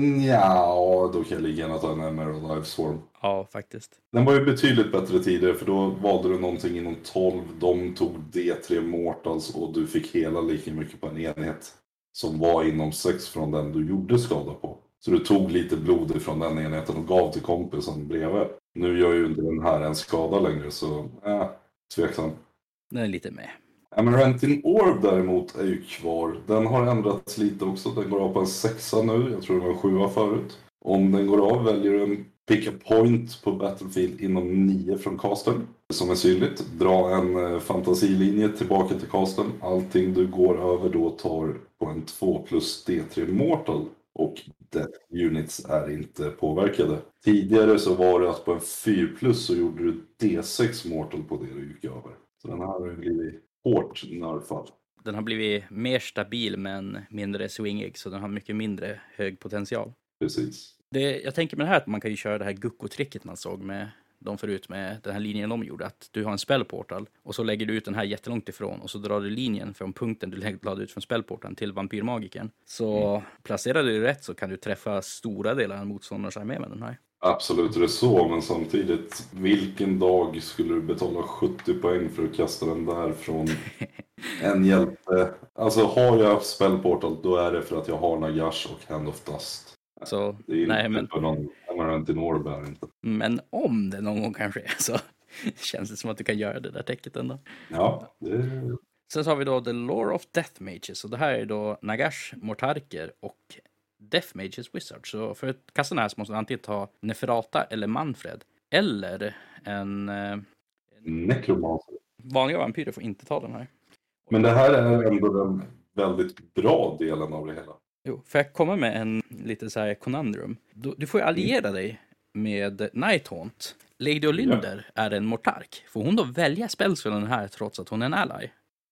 Ja, då kan jag ligga gärna ta en Emerald Life Swarm. Ja, faktiskt. Den var ju betydligt bättre tidigare, för då valde du någonting inom 12. De tog D3 Mortals och du fick hela lika mycket på en enhet som var inom 6 från den du gjorde skada på. Så du tog lite blod ifrån den enheten och gav till kompisen bredvid. Nu gör ju inte den här en skada längre, så tveksam. Den är lite med. Amaranthine Orb däremot är ju kvar. Den har ändrats lite också. Den går av på en 6 nu. Jag tror det var en 7 förut. Om den går av väljer du en pick a point på Battlefield inom 9 från casten. Som är synligt. Dra en fantasilinje tillbaka till casten. Allting du går över då tar på en 2 plus D3 Mortal. Och Death Units är inte påverkade. Tidigare så var det att på en 4 plus så gjorde du D6 Mortal på det du gick över. Så den här har blivit hårt nerfad. Den har blivit mer stabil men mindre swingig, så den har mycket mindre hög potential. Precis. Jag tänker med det här att man kan ju köra det här Gucko-tricket man såg med de förut med den här linjen de gjorde. Att du har en spellportal och så lägger du ut den här jättelångt ifrån och så drar du linjen från punkten du lade ut från spellporten till vampyrmagiken. Så placerar du rätt så kan du träffa stora delar av motståndarens armé med den här. Absolut är det så, men samtidigt, vilken dag skulle du betala 70 poäng för att kasta den där från en hjälte? Alltså har jag spellportal, då är det för att jag har Nagash och Hand of Dust. Så, det är nej, inte men... för någon Amaranthine Orb är inte. Men om det någon gång kan ske så känns det som att du kan göra det där täcket ändå. Ja, det... Sen så har vi då The Lore of Death Mages. Och det här är då Nagash, Mortarker och Death Mages Wizard. Så för att kasta den här så måste man antingen ta Neferata eller Manfred. Eller en... Necromancer. Vanliga vampyrer får inte ta den här. Men det här är ändå den väldigt bra delen av det hela. Jo, för jag kommer med en lite så här conundrum. Du får ju alliera dig med Nighthaunt. Lady Olynder är en Mortark. Får hon då välja spells för den här trots att hon är en ally?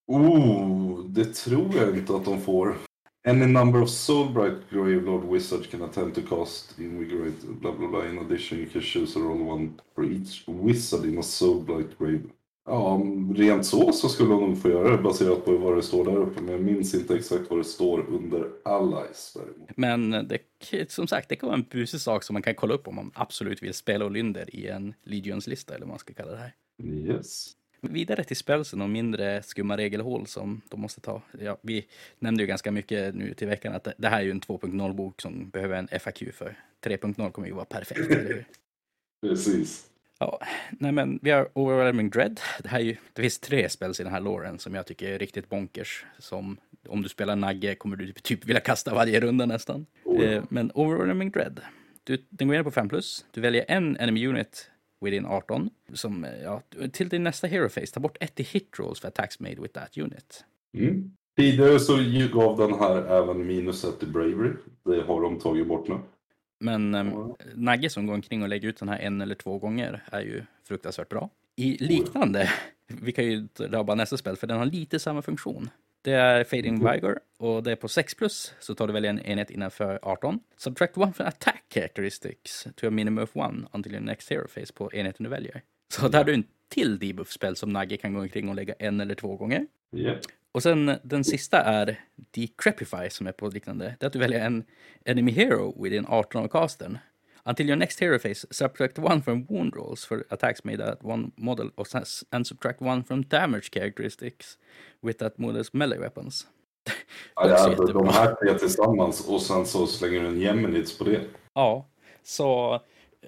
Det tror jag inte att de får. Any number of Soulbright Gravelord Wizards can attempt to cast Invigorate, bla bla bla. In addition you can choose a roll one for each wizard in a Soulblight Grave. Ja, rent så skulle de nog få göra det baserat på vad det står där uppe. Men jag minns inte exakt vad det står under allies däremot. Men det, som sagt, det kan vara en busig sak som man kan kolla upp om man absolut vill spela Olynder i en Legions-lista, eller vad man ska kalla det här. Yes. Vidare till spelsen och mindre skumma regelhål som de måste ta. Ja, vi nämnde ju ganska mycket nu till veckan att det här är ju en 2.0-bok som behöver en FAQ för. 3.0 kommer ju vara perfekt, eller hur? Precis. Ja, nej men vi har Overwhelming Dread. Det finns 3 spels i den här loren som jag tycker är riktigt bonkers. Som om du spelar Nagge kommer du typ vilja kasta varje runda nästan. Men Overwhelming Dread. Den går in på 5+. Du väljer en enemy unit within 18. Som, ja, till din nästa hero phase, ta bort 1 hit rolls för attacks made with that unit. Tidigare så gav den här även -1 i bravery. Det har de tagit bort nu. Men Nagge som går omkring och lägger ut den här 1 eller 2 gånger är ju fruktansvärt bra. I liknande, vi kan ju dra bara nästa spel för den har lite samma funktion. Det är Fading Vigor och det är på 6+, så tar du välja en enhet innanför 18. Subtract 1 from attack characteristics to a minimum of 1 until your next hero phase på enheten du väljer. Så där har du en till debuff-spel som Nagge kan gå omkring och lägga 1 eller 2 gånger. Yeah. Och sen den sista är Decrepify som är på liknande. Det är att du väljer en enemy hero within 18 av casten. Until your next hero phase, subtract 1 from wound rolls for attacks made at one model and subtract 1 from damage characteristics with that model's melee weapons. Ja, de här 3 tillsammans och sen så slänger du en Geminids på det. Ja, så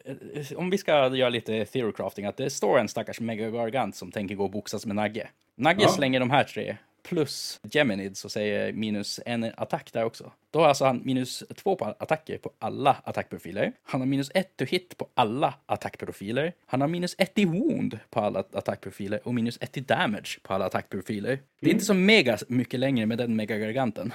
om vi ska göra lite theory crafting, att det står en stackars megagargant som tänker gå och boxas med Nagge. Nagge slänger de här 3 plus Geminids och säger -1 attack där också. Då har alltså han -2 på attacker på alla attackprofiler. Han har -1 to hit på alla attackprofiler. Han har -1 i wound på alla attackprofiler och -1 i damage på alla attackprofiler. Det är inte så mega mycket längre med den megagarganten.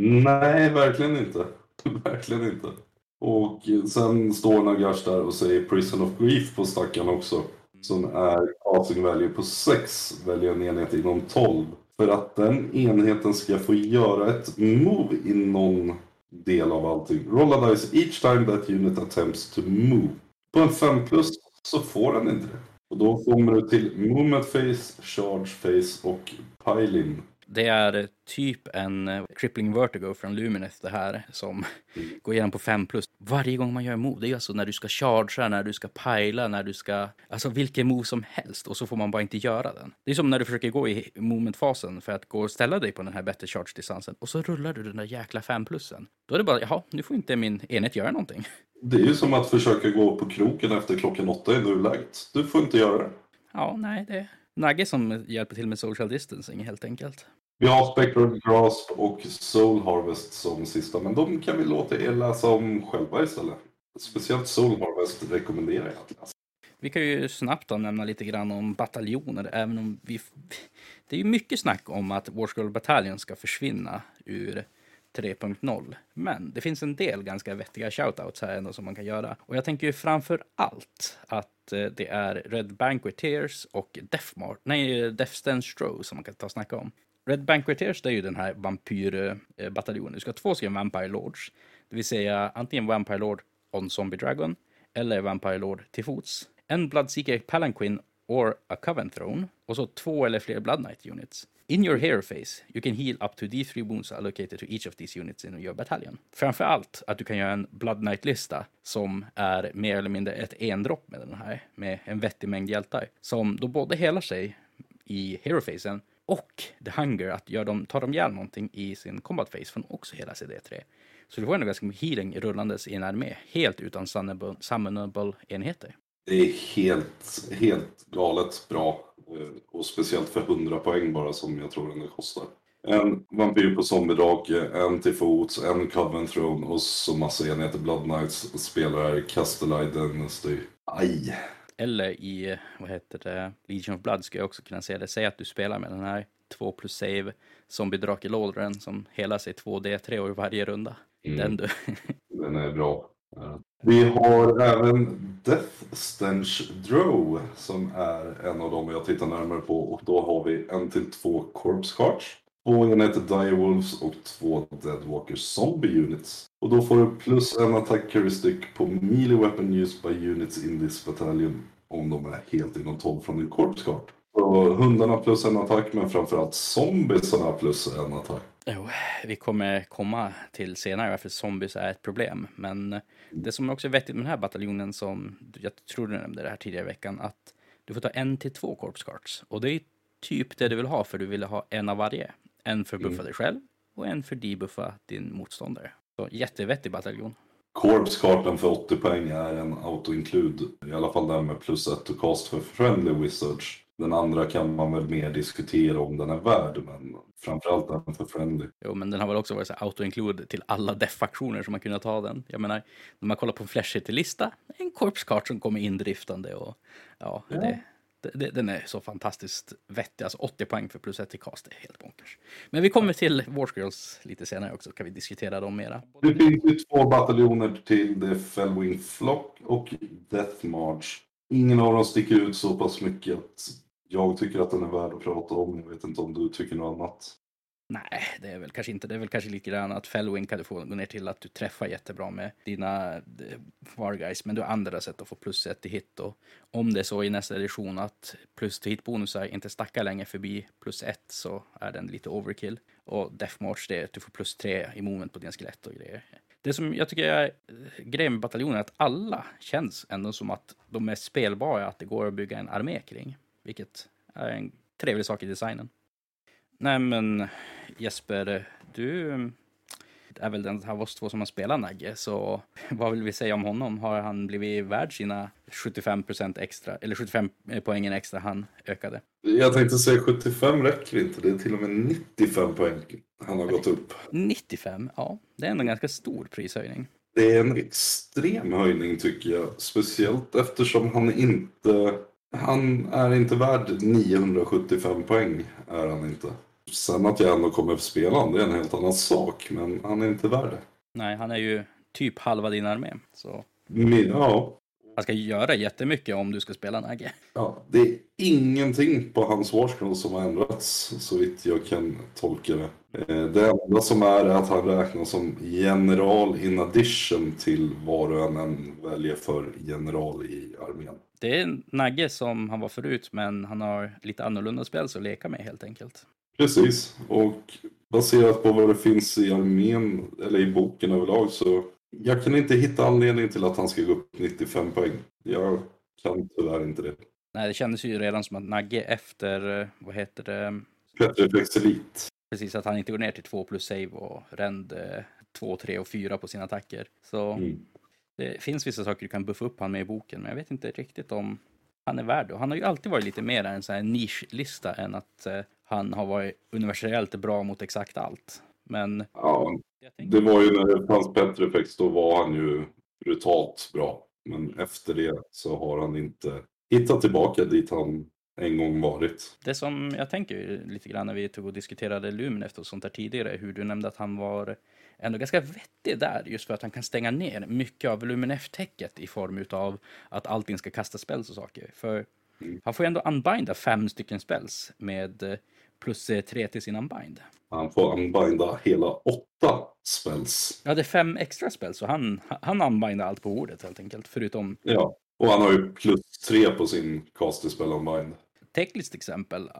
Nej, verkligen inte. Verkligen inte. Och sen står Nagash där och säger Prison of Grief på stacken också. Som är casting value på 6. Väljer en enhet inom 12. För att den enheten ska få göra ett move i någon del av allting. Roll a dice each time that unit attempts to move. På en 5+ så får den inte det. Och då kommer du till movement phase, charge phase och pile-in. Det är typ en crippling vertigo från Lumineth det här som går igenom på 5+. Varje gång man gör en move, det är alltså när du ska chargea, när du ska pila, när du ska... Alltså vilken move som helst och så får man bara inte göra den. Det är som när du försöker gå i movementfasen för att gå och ställa dig på den här bättre charge-distansen och så rullar du den där jäkla 5+. Då är det bara, jaha, nu får inte min enhet göra någonting. Det är ju som att försöka gå på kroken efter klockan 8 i nuläget. Du får inte göra det. Ja, nej, det är Nagge som hjälper till med social distancing helt enkelt. Vi har Spectral Grasp och Soul Harvest som sista, men de kan vi låta er läsa om själva istället. Speciellt Soul Harvest rekommenderar jag att läsa. Vi kan ju snabbt då nämna lite grann om bataljoner, även om det är ju mycket snack om att Warscroll Battalion ska försvinna ur 3.0. Men det finns en del ganska vettiga shoutouts här ändå som man kan göra. Och jag tänker ju framför allt att det är Red Banqueteers och Death Stench Stroh som man kan ta och snacka om. Red Banqueteers, det är ju den här vampyrbataljonen. Du ska ha 2 Vampire Lords. Det vill säga antingen Vampire Lord on Zombie Dragon eller Vampire Lord till fots. En Bloodseeker Palanquin or a Coven Throne. Och så 2 eller fler Blood Knight units. In your hero phase, you can heal up to D3 wounds allocated to each of these units in your battalion. Framförallt att du kan göra en Blood Knight-lista som är mer eller mindre ett endropp med den här. Med en vettig mängd hjältar. Som då både helar sig i hero phasen och The Hunger, att tar de ihjäl någonting i sin combat phase får de också hela sig D3. Så du får ändå ganska mycket healing rullandes i en armé, helt utan summonable enheter. Det är helt galet bra. Och speciellt för 100 poäng bara som jag tror den kostar. En vampyr på zombiedrake, en till fots, en Coven Throne och så massa enheter Blood Knights spelar Castellite Dynasty. Aj! Eller i, Legion of Blood ska jag också kunna säga det. Säg att du spelar med den här 2+ save zombie-drake-lådren som hela sig 2D3 i varje runda. Den är bra. Vi har även Death Stench Drow som är en av dem jag tittar närmare på. Och då har vi 1-2 Corpse Cards, 2 enheter Direwolves och 2 Deadwalker Zombie Units. Och då får du +1 attack characteristic på melee weapon used by units in this battalion om de är helt inom 12 från din Corpse Card. Så hundarna +1 attack, men framförallt zombiesarna +1 attack. Vi kommer komma till senare varför zombies är ett problem. Men det som också är vettigt med den här bataljonen, som jag tror du nämnde det här tidigare i veckan, att du får ta 1-2 corpse cards. Och det är typ det du vill ha, för du vill ha en av varje. En för buffa dig själv och en för debuffa din motståndare. Så jättevettig bataljon. Corpse-kartan för 80 poäng är en auto-include. I alla fall den med +1 och cast för Friendly Wizards. Den andra kan man väl mer diskutera om den är värd, men framförallt den för Friendly. Jo, men den har väl också varit så auto-include till alla def-faktioner som man kunnat ta den. Jag menar, när man kollar på en Flash-lista, en Corpse-kart som kommer indriftande och ja. Den är så fantastiskt vettig. Alltså 80 poäng för +1 i cast är helt bonkers. Men vi kommer till Warscrolls lite senare också. Kan vi diskutera dem mera. Det finns ju 2 bataljoner till The Fellwing Flock och Death March. Ingen av dem sticker ut så pass mycket att jag tycker att den är värd att prata om. Jag vet inte om du tycker något annat. Nej, det är väl kanske inte. Det är väl kanske lite grann att Fellwing kan du få gå ner till att du träffar jättebra med dina War Guys, men du har andra sätt att få +1 i hit. Och om det är så i nästa edition att plus till hitbonusar inte stackar längre förbi +1 så är den lite overkill. Och Death March det är att du får +3 i moment på dina skelett och grejer. Det som jag tycker är grejen med bataljonen är att alla känns ändå som att de är spelbara, att det går att bygga en armé kring. Vilket är en trevlig sak i designen. Nej men Jesper, du är väl den av oss två som har spelat Nagge, så vad vill vi säga om honom? Har han blivit värd sina 75% extra, eller 75 poängen extra han ökade? Jag tänkte säga 75 räcker inte, det är till och med 95 poäng han har gått upp. 95, ja, det är ändå en ganska stor prishöjning. Det är en extrem höjning tycker jag, speciellt eftersom han är inte värd 975 poäng, är han inte. Sen att jag ändå kommer att spela han, det är en helt annan sak, men han är inte värd det. Nej, han är ju typ halva din armé, så Ja. han ska göra jättemycket om du ska spela Nagge. Ja, det är ingenting på hans Warscroll som har ändrats, så vitt jag kan tolka det. Det enda som är att han räknas som general in addition till vad du än väljer för general i armén. Det är Nagge som han var förut, men han har lite annorlunda spel att leka med helt enkelt. Precis, och baserat på vad det finns i armén, eller i boken överlag, så jag kan inte hitta anledning till att han ska gå upp 95 poäng. Jag kan tyvärr inte det. Nej, det kändes ju redan som att Nagge efter, vad heter det? Petrifex Elite. Precis, att han inte går ner till 2+ save och ränd 2, 3 och 4 på sina attacker. Så det finns vissa saker du kan buffa upp han med i boken, men jag vet inte riktigt om han är värd. Och han har ju alltid varit lite mer en sån här nischlista än att han har varit universellt bra mot exakt allt. Men ja, det var ju när det fanns Petrifex, då var han ju brutalt bra. Men efter det så har han inte hittat tillbaka dit han en gång varit. Det som jag tänker lite grann när vi tog och diskuterade Lumineth och sånt där tidigare, hur du nämnde att han var ändå ganska vettig där, just för att han kan stänga ner mycket av Lumineth-täcket i form av att allting ska kasta spells och saker. För han får ju ändå unbinda 5 stycken spells med +3 till sin unbind. Han får unbinda hela 8 spells. Ja, det är 5 extra spells, så han unbindar allt på ordet helt enkelt, förutom... Ja, och han har ju +3 på sin caster spell unbind. Tekniskt exempel,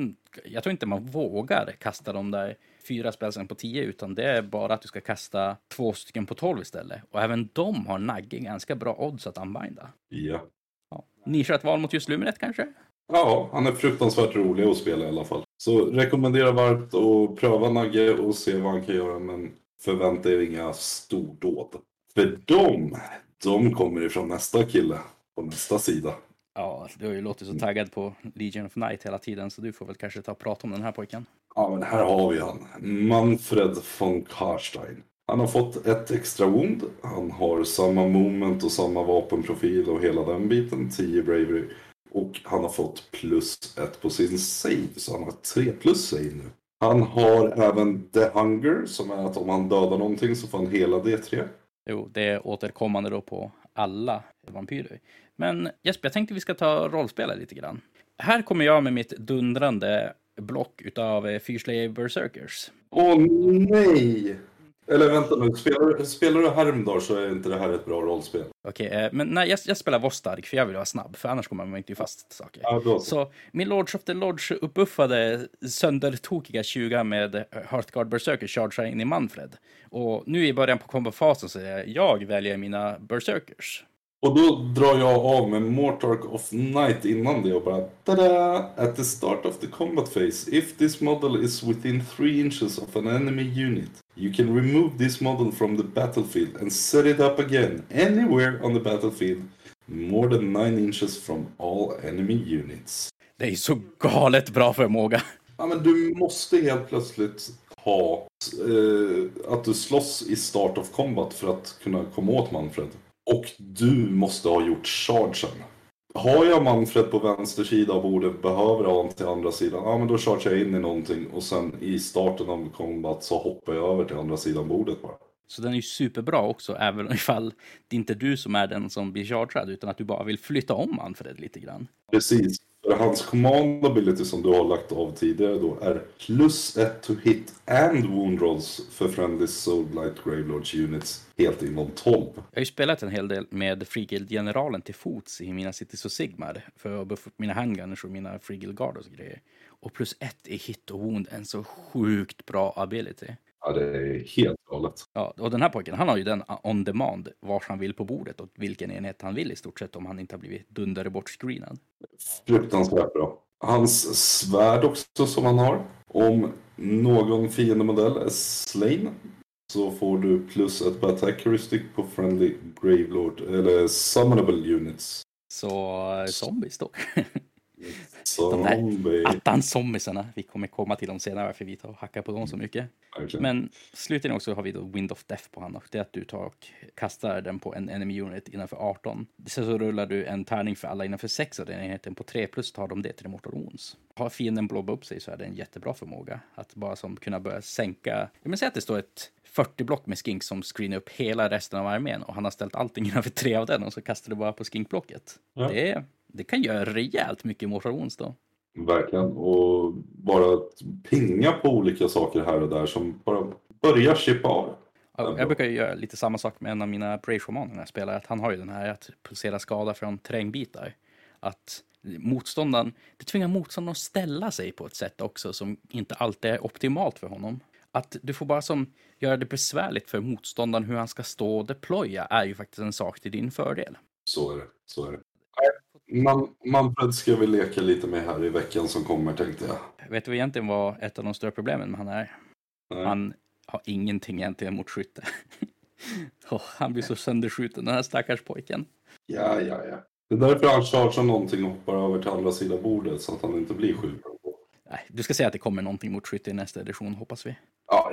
jag tror inte man vågar kasta de där 4 spelsen på 10, utan det är bara att du ska kasta 2 stycken på 12 istället. Och även de har Nagge ganska bra odds att unbinda. Ja. Nischat val mot just Lumineth kanske? Ja, han är fruktansvärt rolig att spela i alla fall. Så rekommenderar varmt att pröva Nagge och se vad han kan göra, men förvänta er inga stordåd. För de kommer ifrån nästa kille på nästa sida. Ja, du har ju låtit så taggad på Legion of Night hela tiden, så du får väl kanske ta och prata om den här pojken. Ja, men här har vi han. Manfred von Karstein. Han har fått 1 extra wound. Han har samma moment och samma vapenprofil och hela den biten. 10 bravery. Och han har fått +1 på sin save. Så han har 3+ save nu. Han har även The Hunger, som är att om han dödar någonting så får han hela D3. Jo, det är återkommande då på alla vampyrer. Men Jesper, jag tänkte vi ska ta rollspela lite grann. Här kommer jag med mitt dundrande block utav Fyrslayer Berserkers. Åh nej! Eller vänta nu, spelar du Harmdar så är inte det här ett bra rollspel. Okej, men nej, jag spelar Vostark för jag vill vara snabb, för annars kommer man inte fast saker. Ja, så min Lords of the Lodge uppbuffade söndertokiga 20 med Hearthguard Berserkers chargear in i Manfred. Och nu i början på kombofasen så är jag väljer mina Berserkers. Och då drar jag av med Mortarch of Night innan det och bara tada! At the start of the combat phase, if this model is within 3 inches of an enemy unit, you can remove this model from the battlefield and set it up again anywhere on the battlefield more than 9 inches from all enemy units. Det är så galet bra förmåga. Ja, men du måste helt plötsligt ha att du slåss i start of combat för att kunna komma åt Manfred. Och du måste ha gjort chargen. Har jag Manfred på vänster sida av bordet, behöver ha honom till andra sidan, ja men då chargear jag in i någonting och sen i starten av combat så hoppar jag över till andra sidan bordet bara. Så den är ju superbra också, även ifall det inte är du som är den som blir chargad, utan att du bara vill flytta om Manfred lite grann. Precis. För hans command ability som du har lagt av tidigare då är +1 to hit and wound rolls för friendly Soulblight Gravelords units helt inom 12. Jag har ju spelat en hel del med Freeguild-generalen till fots i mina Cities of Sigmar för att buffa upp mina handgunners och mina Freeguild Guard och så grejer. Och +1 i hit och wound, en så sjukt bra ability. Ja, det är helt galet. Ja, och den här pojken, han har ju den on demand vars han vill på bordet och vilken enhet han vill i stort sett om han inte har blivit dundare bort screenad. Fruktansvärt bra. Hans svärd också som han har. Om någon fiendemodell är slain så får du +1 på attack heuristic på friendly Gravelord eller summonable units. Så zombies då. Zombie. Attans zombiesarna. Vi kommer komma till dem senare för vi tar och hackar på dem så mycket. Verkligen. Men slutligen också har vi då Wind of Death på han. Och det är att du tar och kastar den på en enemy unit innanför 18. Sen så rullar du en tärning för alla innanför 6 och den enheten på 3 plus tar de det till Mortal Wounds. Har fienden blobbat upp sig så är det en jättebra förmåga. Att bara som kunna börja sänka. Jag menar säga att det står ett 40-block med skink som screenar upp hela resten av armén. Och han har ställt allting innanför 3 av den och så kastar du bara på skinkblocket. Ja. Det kan göra rejält mycket Mortal Wounds då. Verkligen. Och bara att pinga på olika saker här och där som bara börjar chippa av. Jag brukar ju göra lite samma sak med en av mina Prey-shamaner när jag spelar. Att han har ju den här att pulsera skada från terrängbitar. Att motståndaren, det tvingar motståndaren att ställa sig på ett sätt också som inte alltid är optimalt för honom. Att du får bara som göra det besvärligt för motståndaren hur han ska stå och deploya är ju faktiskt en sak till din fördel. Så är det. Så är det. Manfred ska vi leka lite med här i veckan som kommer, tänkte jag. Vet du egentligen vad ett av de större problemen med han är? Nej. Han har ingenting egentligen mot skytte. Han blir så sönderskjuten, den här stackars pojken. Ja. Det är därför han chargear någonting och hoppar över till andra sidan bordet så att han inte blir skjuten på. Nej, du ska säga att det kommer någonting mot skytte i nästa edition, hoppas vi. Ja.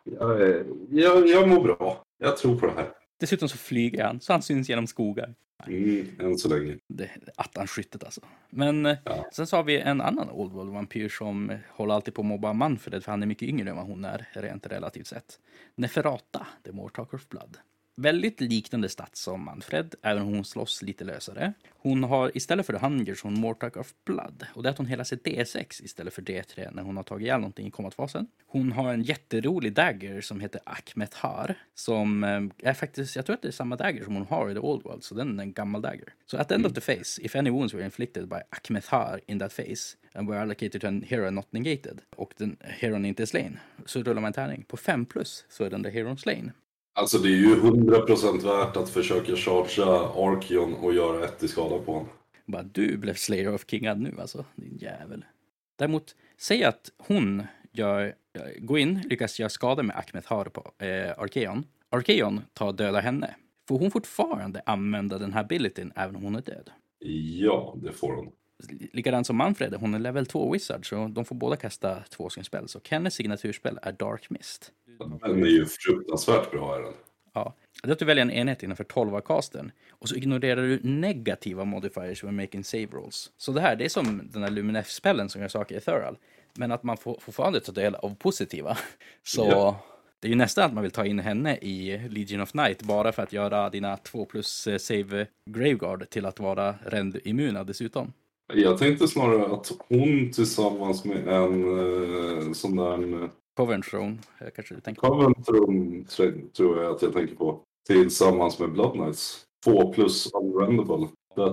Jag mår bra. Jag tror på det här. Dessutom så flyger han, så han syns genom skogar. Än så länge. Det Attan-skyttet alltså. Men sen så har vi en annan Old World vampyr som håller alltid på att mobba Manfred, för han är mycket yngre än vad hon är, rent relativt sett. Neferata, The Mortarch of Blood. Väldigt liknande stats som Manfred, även hon slåss lite lösare. Hon har istället för The Hunger hon Mortarch of Blood. Och det är att hon hela sig D6 istället för D3 när hon har tagit ihjäl någonting i kombatfasen. Hon har en jätterolig dagger som heter Akmethar. Som är faktiskt, jag tror att det är samma dagger som hon har i The Old World. Så den är en gammal dagger. Så at the end of the phase, if any wounds were inflicted by Akmethar in that phase and were allocated to an hero not negated och den heron inte är slain, så rullar man en tärning. På 5+ så är den där heron slain. Alltså det är ju 100% värt att försöka chargea Archeon och göra 1 i skada på honom. Bara du blev Slayer of Kingad nu alltså, din jävel. Däremot, säg att hon går in, lyckas göra skada med Akmethar på Archeon. Archeon tar döda henne. Får hon fortfarande använda den här abilityn även om hon är död? Ja, det får hon. Likadant som Manfred, hon är level 2 wizard så de får båda kasta 2 spel. Så hennes signaturspel är Dark Mist. Den är ju fruktansvärt bra, är den. Ja, det är att du väljer en enhet innanför 12-casten och så ignorerar du negativa modifiers when making save rolls. Så det här, det är som den här Luminef-spellen som gör saker i Ethereal. Men att man får fortfarande ta del av positiva. Så det är ju nästan att man vill ta in henne i Legion of Night bara för att göra dina 2+ save Graveguard till att vara rend-immuna dessutom. Jag tänkte snarare att hon tillsammans med en sån där... Covent Throne, kanske du tänker på. Covent Throne tror jag att jag tänker på. Tillsammans med Blood Knights. 2+ unrendable.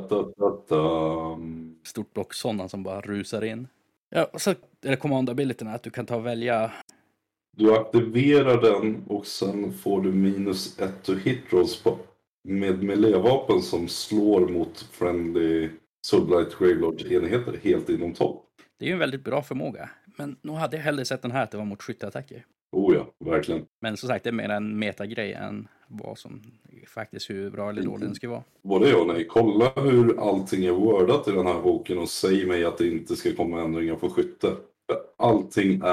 Stort block sådana som bara rusar in. Ja, och så är det command-abilityn att du kan ta och välja. Du aktiverar den och sen får du -1 to hit rolls på med melee-vapen som slår mot friendly Sublight Gravelord-enheter helt inom 12. Det är ju en väldigt bra förmåga. Men nog hade jag hellre sett den här att det var mot skytteattacker. Oh ja, verkligen. Men som sagt, det är mer en metagrej än vad som faktiskt hur bra eller dålig den ska vara. Både jag och nej, kolla hur allting är wordat i den här boken och säg mig att det inte ska komma ändringar på skytte. Allting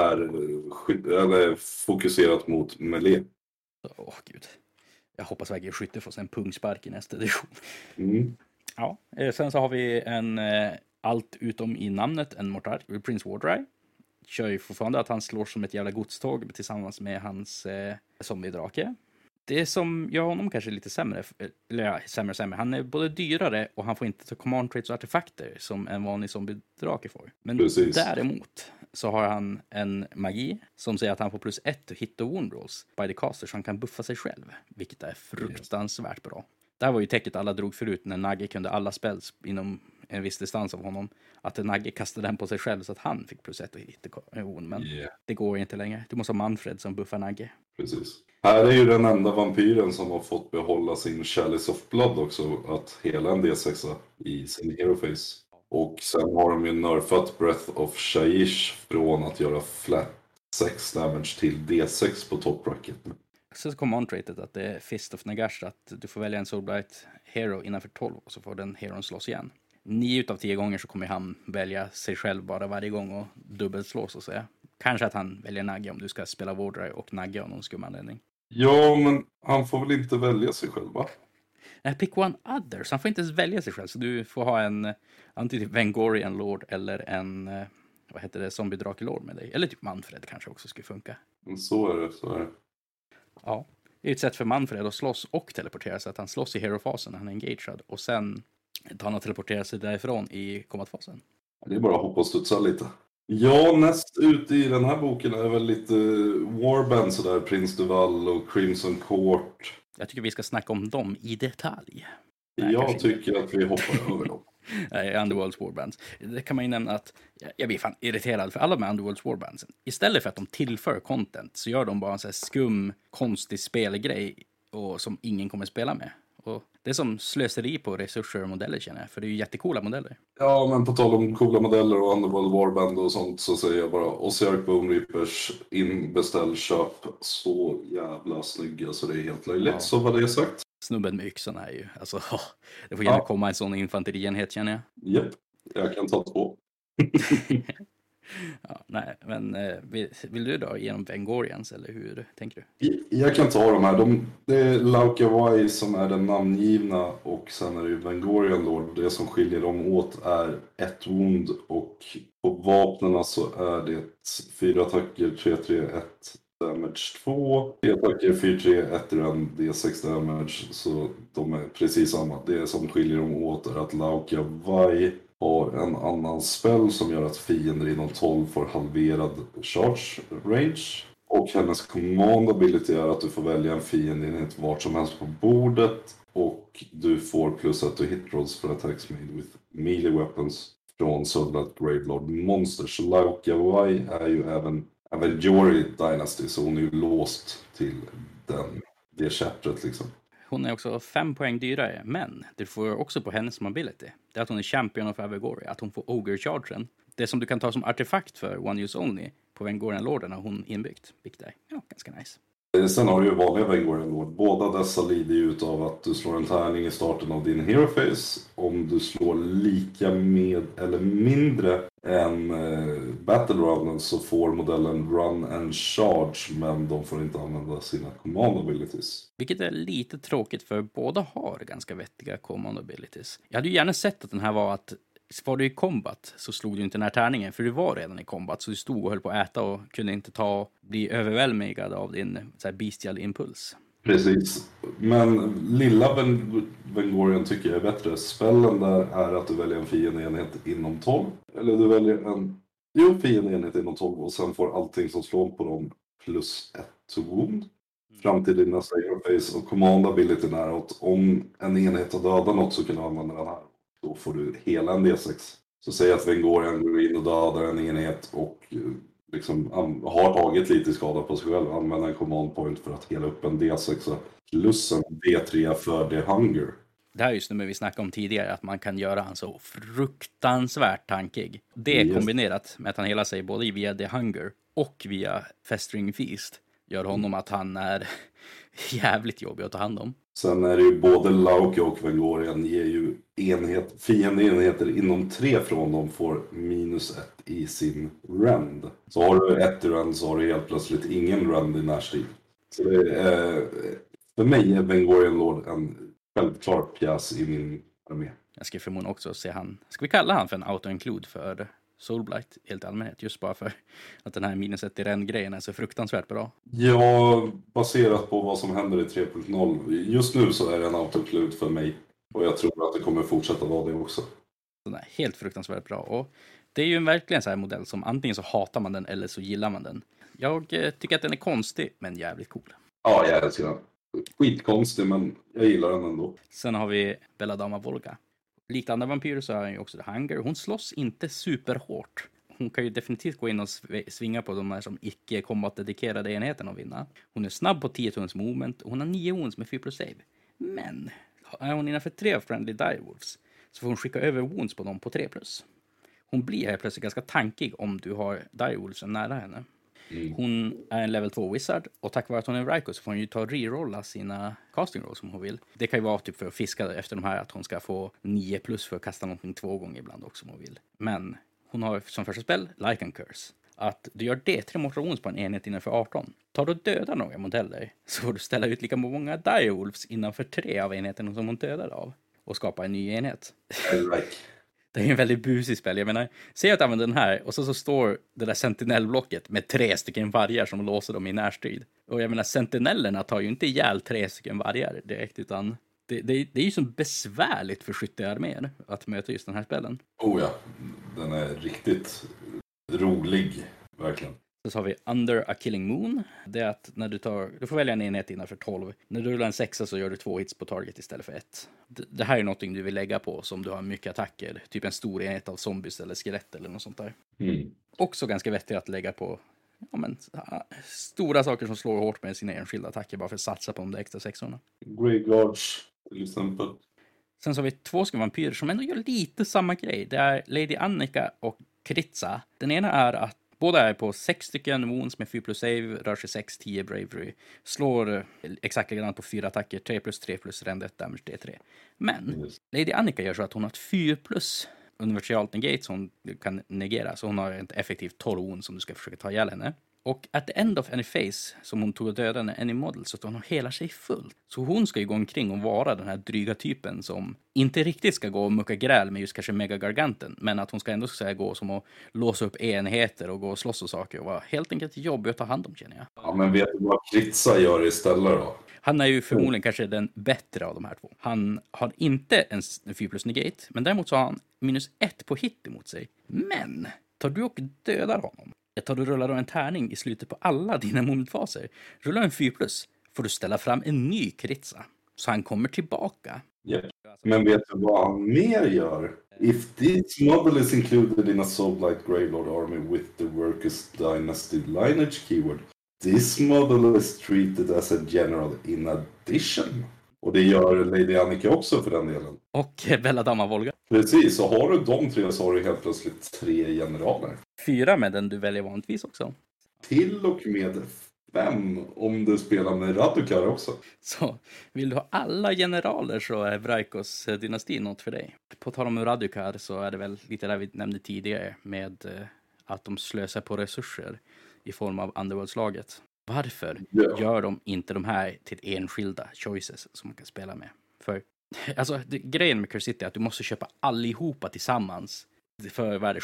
är fokuserat mot melee. Åh gud. Jag hoppas verkligen skytte får sig en pungspark i nästa edition. Mm. Ja, sen så har vi en allt utom i namnet en Mortar, Prince Wardry. Kör ju fortfarande att han slår som ett jävla godståg tillsammans med hans zombie-drake. Det som gör honom kanske lite sämre, eller ja, sämre. Han är både dyrare och han får inte ta command traits och artefakter som en vanlig zombie-drake får. Men Precis. Däremot så har han en magi som säger att han får +1 to hit och wound rolls by the caster, så han kan buffa sig själv, vilket är fruktansvärt bra. Det här var ju täcket alla drog förut när Nagge kunde alla spells inom en viss distans av honom. Att Nagge kastade den på sig själv så att han fick +1 och hit och wound. Men det går inte längre. Du måste ha Manfred som buffar Nagge. Precis. Här är ju den enda vampyren som har fått behålla sin Chalice of Blood också. Att hela en D6 i sin Hero Face. Och sen har de ju nerfat Breath of Shaiish från att göra flat 6 damage till D6 på top bracket. Så kommer on-traitet att det är Fist of Nagash, att du får välja en Soulblight Hero innanför 12 och så får den Heron slås igen. 9 av 10 gånger så kommer han välja sig själv bara varje gång och dubbelslå så att säga. Kanske att han väljer Nagge om du ska spela Wardry och Nagge av någon skum anledning. Ja, men han får väl inte välja sig själv, va? Pick one other, så han får inte ens välja sig själv. Så du får ha en antingen typ Vengorian Lord eller en Zombie Drake Lord med dig. Eller typ Manfred kanske också skulle funka. Men så är det. Ja, det är ett sätt för Manfred att slåss och teleportera sig. Att han slåss i hero-fasen när han är engagerad. Och sen tar han och teleporterar sig därifrån i combat-fasen. Det är bara att hoppa och studsa lite. Ja, näst ut i den här boken är väl lite Warband sådär. Prince Duval och Crimson Court. Jag tycker vi ska snacka om dem i detalj. Jag tycker att vi hoppar över dem. Underworld's Warbands. Det kan man ju nämna att jag blir fan irriterad för alla med Underworld's Warbands. Istället för att de tillför content så gör de bara en sån här skum, konstig spelgrej och som ingen kommer spela med. Och det är som slöseri på resurser och modeller känner jag, för det är ju jättekola modeller. Ja, men på tal om coola modeller och Underworld Warband och sånt så säger jag bara Osiark Bone Reapers beställ, köp. Så jävla snygga så det är helt löjligt. Ja. Så var det sagt. Snubben med yxorna är ju, alltså, det får gärna komma en sån infanterienhet känner jag. Japp, jag kan ta 2. Ja, nej, men vill du då genom Vengorians eller hur tänker du? Jag kan ta de här. Det är Lauka Wai som är den namngivna och sen är det ju Vengorian Lord. Det som skiljer dem åt är 1 wound och på vapnena så är det 4 attacker, 3-3-1 damage 2. 3 attacker, 4-3-1 run, D6 damage. Så de är precis samma. Det som skiljer dem åt är att Lauka Wai har en annan spell som gör att fiender inom 12 får halverad charge range. Och hennes command ability är att du får välja en fiendenhet vart som helst på bordet. Och du får +1 to hit rolls för attacks made with melee weapons från Sublight Gravelord Monsters. Så Lauka Wai är ju även Jory Dynasty, så hon är ju låst till det chapteret liksom. Hon är också 5 poäng dyrare, men det får också på hennes mobility. Det är att hon är champion of Avegory, att hon får Ogre-chargen. Det som du kan ta som artefakt för One Use Only på Vengorian-lorden har hon inbyggt, vilket är ganska nice. Sen har du ju vanliga Vengorian Lord. Båda dessa lider ju ut av att du slår en tärning i starten av din Hero Phase. Om du slår lika med eller mindre än Battle Rounden så får modellen Run and Charge, men de får inte använda sina Command Abilities. Vilket är lite tråkigt för båda har ganska vettiga Command Abilities. Jag hade ju gärna sett att den här var att var du i combat så slog du inte den här tärningen, för du var redan i combat, så du stod och höll på att äta och kunde inte bli överväldigad av din så här bestial impuls. Precis, men lilla Vengorian tycker jag är bättre. Spellen där är att du väljer en fiendeenhet inom 12, eller du väljer en fiendeenhet inom 12 och sen får allting som slår på dem +1 to wound fram till din nästa Hero Phase. Och command abilityn är att om en enhet har dödat något så kan du använda den här. Då får du hela en D6. Så säg att Vengorian går in och dödar en enhet och liksom har tagit lite skada på sig själv, använder en command point för att hela upp en D6 plus en D3 för The Hunger. Det här är just nu vi snackade om tidigare, att man kan göra han så fruktansvärt tankig. Det kombinerat med att han hela sig både via The Hunger och via Festering Feast gör honom att han är jävligt jobbig att ta hand om. Sen är det ju både Lauke och Vengorian ger ju fiendeenheter inom 3 från dem får -1 i sin rend. Så har du 1 rend så har du helt plötsligt ingen rend i närstrid. Så det är, för mig är Vengorian Lord en självklar pjäs i min armé. Jag ska förmodligen också se ska vi kalla han för en auto-include för Soulblight helt allmänhet, just bara för att den här -1 i rend-grejen är så fruktansvärt bra. Ja, baserat på vad som händer i 3.0. Just nu så är det en auto-include för mig. Och jag tror att det kommer fortsätta vara det också. Den är helt fruktansvärt bra. Och det är ju verkligen så här modell som antingen så hatar man den eller så gillar man den. Jag tycker att den är konstig, men jävligt cool. Ja, jag älskar den. Skitkonstig, men jag gillar den ändå. Sen har vi Belladama Volga. Likt andra vampyrer så har han ju också The Hunger. Hon slåss inte superhårt. Hon kan ju definitivt gå in och svinga på de här som icke combat-dedikerade enheterna och vinna. Hon är snabb på 10 tons movement och hon har 9 wounds med 4+ save. Men är hon innanför 3 friendly direwolves så får hon skicka över wounds på dem på 3+. Hon blir här plötsligt ganska tankig om du har direwolvesen nära henne. Hon är en level 2 wizard och tack vare att hon är Ryko så får hon ju ta och rerolla sina casting rolls som hon vill. Det kan ju vara typ för att fiska efter de här att hon ska få 9+ för att kasta någonting 2 gånger ibland också om hon vill. Men hon har som första spel Lycan Curse. Att du gör D3 mortal wounds på en enhet innanför 18. Tar du och dödar några modeller så får du ställa ut lika många direwolves innanför 3 av enheten som hon dödar av. Och skapa en ny enhet. Det är en väldigt busig spel. Jag menar, säg att jag använder den här och så står det där sentinellblocket med 3 stycken vargar som låser dem i närstrid. Och jag menar, sentinellerna tar ju inte ihjäl 3 stycken vargar direkt, utan det är ju så besvärligt för skyttearméer att möta just den här spelen. Oh ja, den är riktigt rolig, verkligen. Så har vi Under a Killing Moon. Det är att när du får välja en enhet innanför 12. När du rullar en 6 så gör du 2 hits på target istället för 1. Det här är någonting du vill lägga på som du har mycket attacker. Typ en stor enhet av zombies eller skelett eller något sånt där. Också ganska vettigt att lägga på stora saker som slår hårt med sina enskilda attacker bara för att satsa på de där extra 6orna. Greyguards till exempel. Sen så har vi 2 vampyrer som ändå gör lite samma grej. Det är Lady Annika och Kritza. Den ena är att båda är på 6 stycken wounds med 4+ save, rör sig 6, 10 bravery. Slår exakt likadant på 4 attacker, 3+3+ rend 1 damage D3. Men Lady Annika gör så att hon har ett 4+ universalt negate som hon kan negera. Så hon har ett effektivt 12 wounds som du ska försöka ta ihjäl henne. Och at the end of any phase som hon tog och dödade any model så att hon helar sig fullt. Så hon ska ju gå omkring och vara den här dryga typen som inte riktigt ska gå och mucka gräl med just kanske megagarganten. Men att hon ska ändå gå som att låsa upp enheter och gå och slåss och saker och vara helt enkelt jobbig att ta hand om, känner jag. Ja, men vet du vad Kritza gör istället då? Han är ju förmodligen kanske den bättre av de här 2. Han har inte en 4+ negate, men däremot så har han -1 på hit emot sig. Men tar du och dödar honom, tar du rullar en tärning i slutet på alla dina momentfaser. Rullar en 4+, får du ställa fram en ny Kritza. Så han kommer tillbaka. Yep. Men vet du vad han mer gör? If this model is included in a Soulblight Gravelord army with the Workers Dynasty lineage keyword, this model is treated as a general in addition. Och det gör Lady Annika också för den delen. Och Belladama Volga. Precis, så har du de 3 så har du helt plötsligt 3 generaler. 4 med den du väljer vanligtvis också. Till och med 5 om du spelar med Radukar också. Så vill du ha alla generaler så är Vrykos dynasti något för dig. På tal om Radukar så är det väl lite där vi nämnde tidigare med att de slösar på resurser i form av Underworld-slaget. Varför gör de inte de här till enskilda choices som man kan spela med? För alltså, grejen med Curse City är att du måste köpa allihopa tillsammans för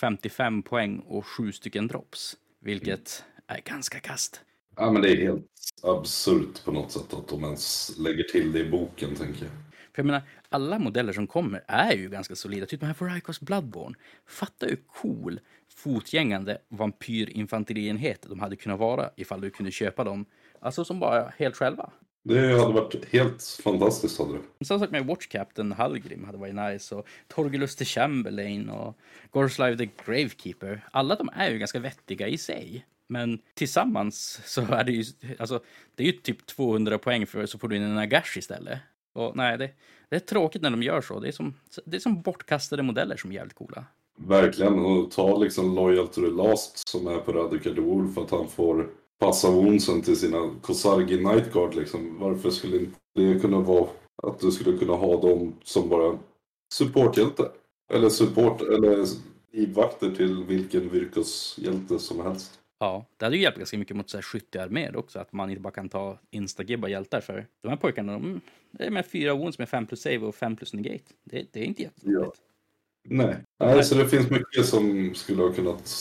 755 poäng och 7 stycken drops. Vilket är ganska kast. Ja, men det är helt absurt på något sätt att de ens lägger till det i boken, tänker jag. För jag menar, alla modeller som kommer är ju ganska solida. Typ den här Vrykos Bloodborne. Fatta hur cool fotgängande vampyrinfanterienhet de hade kunnat vara ifall du kunde köpa dem. Alltså som bara helt själva. Det hade varit helt fantastiskt, hade det. Samma sak med Watch Captain Hallgrim hade varit nice, och Torgelus the Chamberlain och Gorslav the Gravekeeper. Alla de är ju ganska vettiga i sig. Men tillsammans så är det ju, alltså, det är ju typ 200 poäng för så får du in en Nagash istället. Och nej, det är tråkigt när de gör så. Det är som bortkastade modeller som är jävligt coola. Verkligen, och ta liksom Loyal to the Last som är på Radical the Wolf, att han får passa woundsen till sina Kosargi Nightguard liksom. Varför skulle inte det kunna vara att du skulle kunna ha dem som bara supporthjälte? Eller support, eller livvakter till vilken Virkos-hjälte som helst. Ja, det hade ju hjälpt ganska mycket mot så här skyttearméer också, att man inte bara kan ta instagibba hjältar för. De här pojkarna, det är med 4 wounds med 5 plus save och 5 plus negate. Det är inte jätteroligt. Ja. Nej, så det finns mycket som skulle ha kunnat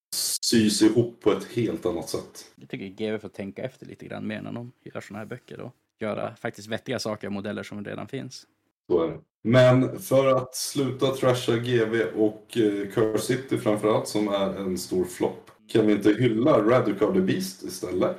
sys ihop på ett helt annat sätt. Jag tycker GW får tänka efter lite grann mer när de gör såna här böcker och göra faktiskt vettiga saker av modeller som redan finns. Så är det. Men för att sluta trasha GW och Curse City framförallt, som är en stor flopp, kan vi inte hylla Radical the Beast istället?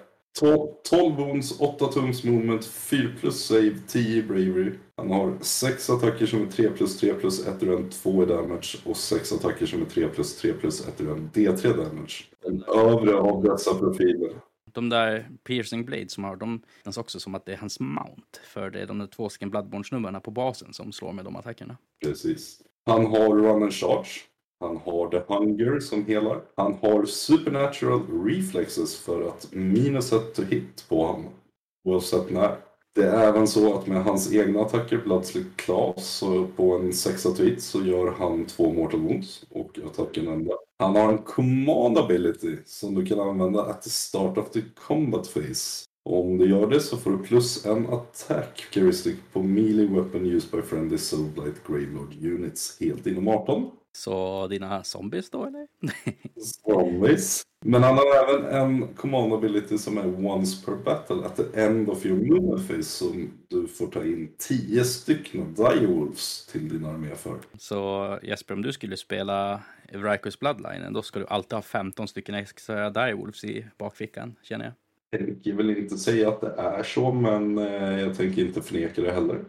12 wounds, 8 tums movement, 4 plus save, 10 bravery. Han har 6 attacker som är 3 plus 1 ur 2 i damage och 6 attacker som är 3 plus 1 ur D3 damage. Den övre av dessa profiler. De där piercing blades som har, de känns också som att det är hans mount. För det är de där 2 Bloodborne-snubbarna på basen som slår med de attackerna. Precis. Han har run and charge. Han har the hunger som helar. Han har supernatural reflexes för att minuset to hit på honom. Oavsett när. Det är även så att med hans egna attacker, Bloodslit Claws, så på en 6 to hit så gör han 2 mortal wounds och attacken ändrar. Han har en command ability som du kan använda at the start of the combat phase. Och om du gör det så får du plus en attack characteristic på melee weapon used by friendly Soulblight Gravelord units helt inom 18. Så dina zombies då, eller? Zombies. Men han har även en command ability som är once per battle at the end of your movement phase, som du får ta in 10 stycken direwolves till din armé för. Så Jesper, om du skulle spela Rikers Bloodline, då ska du alltid ha 15 stycken extra direwolves i bakfickan, känner jag. Jag tänker väl inte säga att det är så, men jag tänker inte förneka det heller.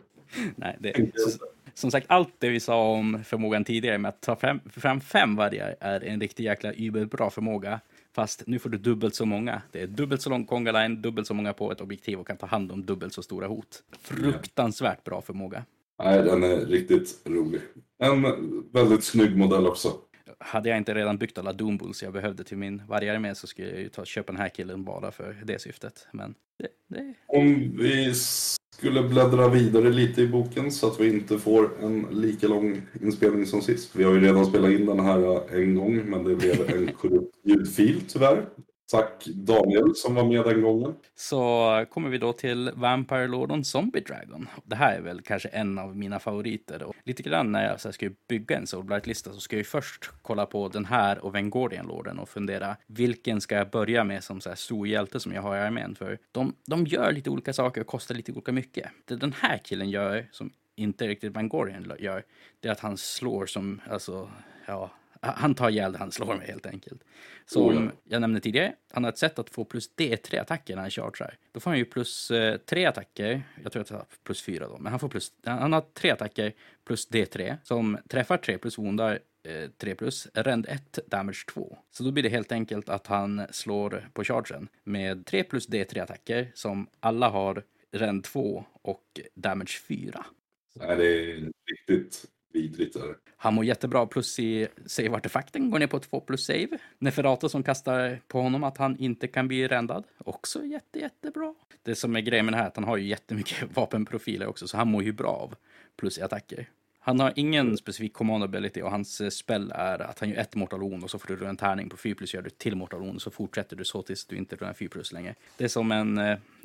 Nej, som sagt, allt det vi sa om förmågan tidigare med att ta fram 5 vargar är en riktigt jäkla bra förmåga. Fast nu får du dubbelt så många. Det är dubbelt så lång conga line, dubbelt så många på ett objektiv och kan ta hand om dubbelt så stora hot. Fruktansvärt bra förmåga. Nej, den är riktigt rolig. En väldigt snygg modell också. Hade jag inte redan byggt alla Doombulls jag behövde till min vargare med, så skulle jag ju köpa den här killen bara för det syftet. Men det... Om vi skulle bläddra vidare lite i boken så att vi inte får en lika lång inspelning som sist. Vi har ju redan spelat in den här en gång, men det blev en korrupt ljudfil tyvärr. Tack Daniel som var med den gången. Så kommer vi då till Vampire Lord on Zombie Dragon. Det här är väl kanske en av mina favoriter. Och lite grann när jag ska bygga en Soulblight-lista så ska jag först kolla på den här och Vengordian Lorden och fundera vilken ska jag börja med som så här stor hjälte som jag har i armén. För de gör lite olika saker och kostar lite olika mycket. Det den här killen gör som inte riktigt Vengordian gör, det är att han slår som, alltså, ja... Han tar ihjäl det han slår med helt enkelt. Som jag nämnde tidigare, han har ett sätt att få plus D3 attacker när han chargear. Då får han ju plus 3 attacker, jag tror att han har plus 4 då, men han har 3 attacker plus D3 som träffar 3 plus woundar 3 plus, rend 1, damage 2. Så då blir det helt enkelt att han slår på chargen med 3 plus D3 attacker som alla har rend 2 och damage 4. Nej, det är riktigt vidrigt där. Han mår jättebra, plus i save-artefakten går ner på 2 plus save. Neferata som kastar på honom att han inte kan bli rändad. Också jättebra. Det som är grejen med det här är att han har ju jättemycket vapenprofiler också, så han mår ju bra av plus i attacker. Han har ingen specifik command ability och hans spell är att han gör 1 mortal wound och så får du en tärning på 4 plus, gör du till mortal wound och så fortsätter du så tills du inte rör en 4 plus längre. Det är som en,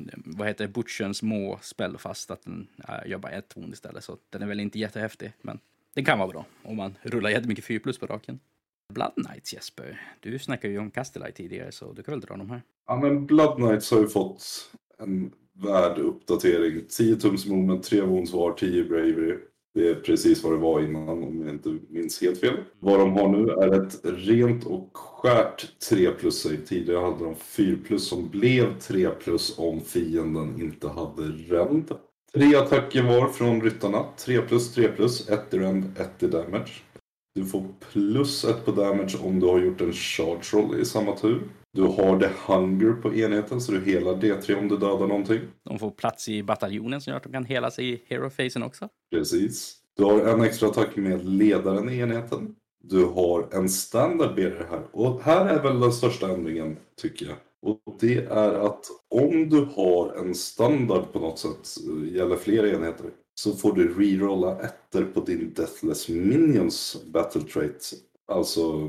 Butchens må-spell fast att den gör bara 1 wound istället, så den är väl inte jättehäftig, men det kan vara bra om man rullar jättemycket 4 plus på raken. Blood Knights, Jesper. Du snackade ju om Castellite tidigare, så du kan väl dra de här. Ja, men Blood Knights har ju fått en värd uppdatering. 10 tums movement, 3 wounds var, 10 bravery. Det är precis vad det var innan, om jag inte minns helt fel. Vad de har nu är ett rent och skärt 3+ save. Tidigare hade de 4+ som blev 3+ om fienden inte hade ränd. 3 attacker var från ryttarna. 3+, 3+, 1 i ränd, 1 i damage. Du får +1 på damage om du har gjort en charge roll i samma tur. Du har the hunger på enheten så du helar D3 om du dödar någonting. De får plats i bataljonen som gör att de kan hela sig i hero-phasen också. Precis. Du har en extra attack med ledaren i enheten. Du har en standard bearer här. Och här är väl den största ändringen tycker jag. Och det är att om du har en standard på något sätt, gäller fler enheter, så får du rerolla ettor på din Deathless Minions battle trait. Alltså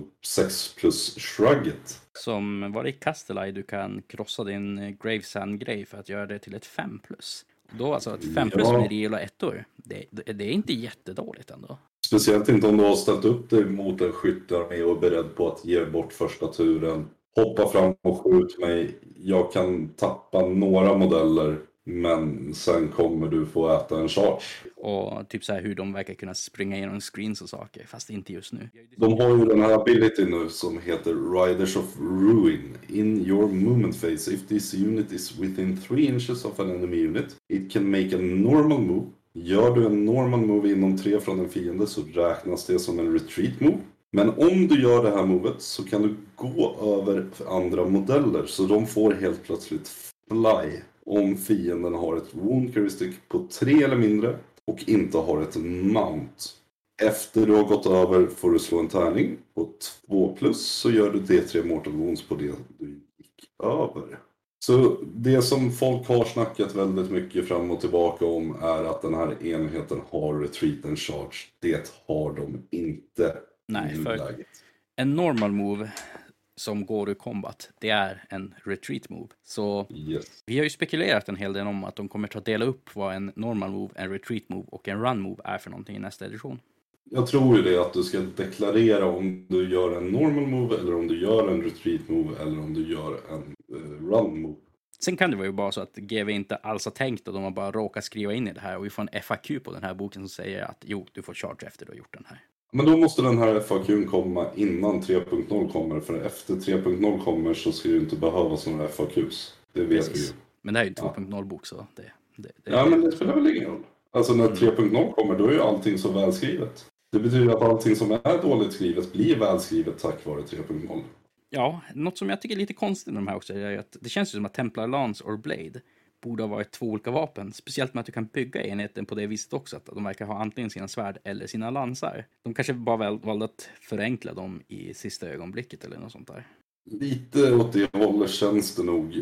6+ shrugget. Som var det i Castellai du kan krossa din Gravesand-grej för att göra det till ett 5+. Då alltså ett 5+ med rerolla ettor. Det är inte jättedåligt ändå. Speciellt inte om du har ställt upp dig mot en skyttearmé och är beredd på att ge bort första turen. Hoppa fram och skjut mig. Jag kan tappa några modeller. Men sen kommer du få äta en charge. Och typ så här hur de verkar kunna springa igenom screens och saker. Fast inte just nu. De har ju den här ability nu som heter Riders of Ruin. In your movement phase, if this unit is within 3 inches of an enemy unit, it can make a normal move. Gör du en normal move inom 3 från en fiende så räknas det som en retreat move. Men om du gör det här movet så kan du gå över andra modeller så de får helt plötsligt fly. Om fienden har ett wound characteristic på 3 eller mindre och inte har ett mount. Efter du har gått över får du slå en tärning. På 2+ så gör du D3 mortal wounds på det du gick över. Så det som folk har snackat väldigt mycket fram och tillbaka om är att den här enheten har retreat and charge. Det har de inte. Nej, för en normal move som går ur combat, det är en retreat move. Så vi har ju spekulerat en hel del om att de kommer att dela upp vad en normal move, en retreat move och en run move är för någonting i nästa edition. Jag tror ju det att du ska deklarera om du gör en normal move eller om du gör en retreat move eller om du gör en run move. Sen kan det vara ju bara så att GW inte alls har tänkt och de har bara råkat skriva in i det här och vi får en FAQ på den här boken som säger att jo, du får charge efter du har gjort den här. Men då måste den här FAQn komma innan 3.0 kommer, för efter 3.0 kommer så ska det inte behövas några FAQs. Det vet vi ju. Men det här är ju en 2.0-bok så det ja, men det spelar väl ingen roll. Alltså när 3.0 kommer då är ju allting så välskrivet. Det betyder att allting som är dåligt skrivet blir välskrivet tack vare 3.0. Ja, något som jag tycker är lite konstigt med de här också är att det känns ju som att Templar Lance och Blade borde ha varit 2 olika vapen. Speciellt med att du kan bygga enheten på det viset också. Att de verkar ha antingen sina svärd eller sina lansar. De kanske bara valde att förenkla dem i sista ögonblicket eller något sånt där. Lite åt det hållet känns det nog.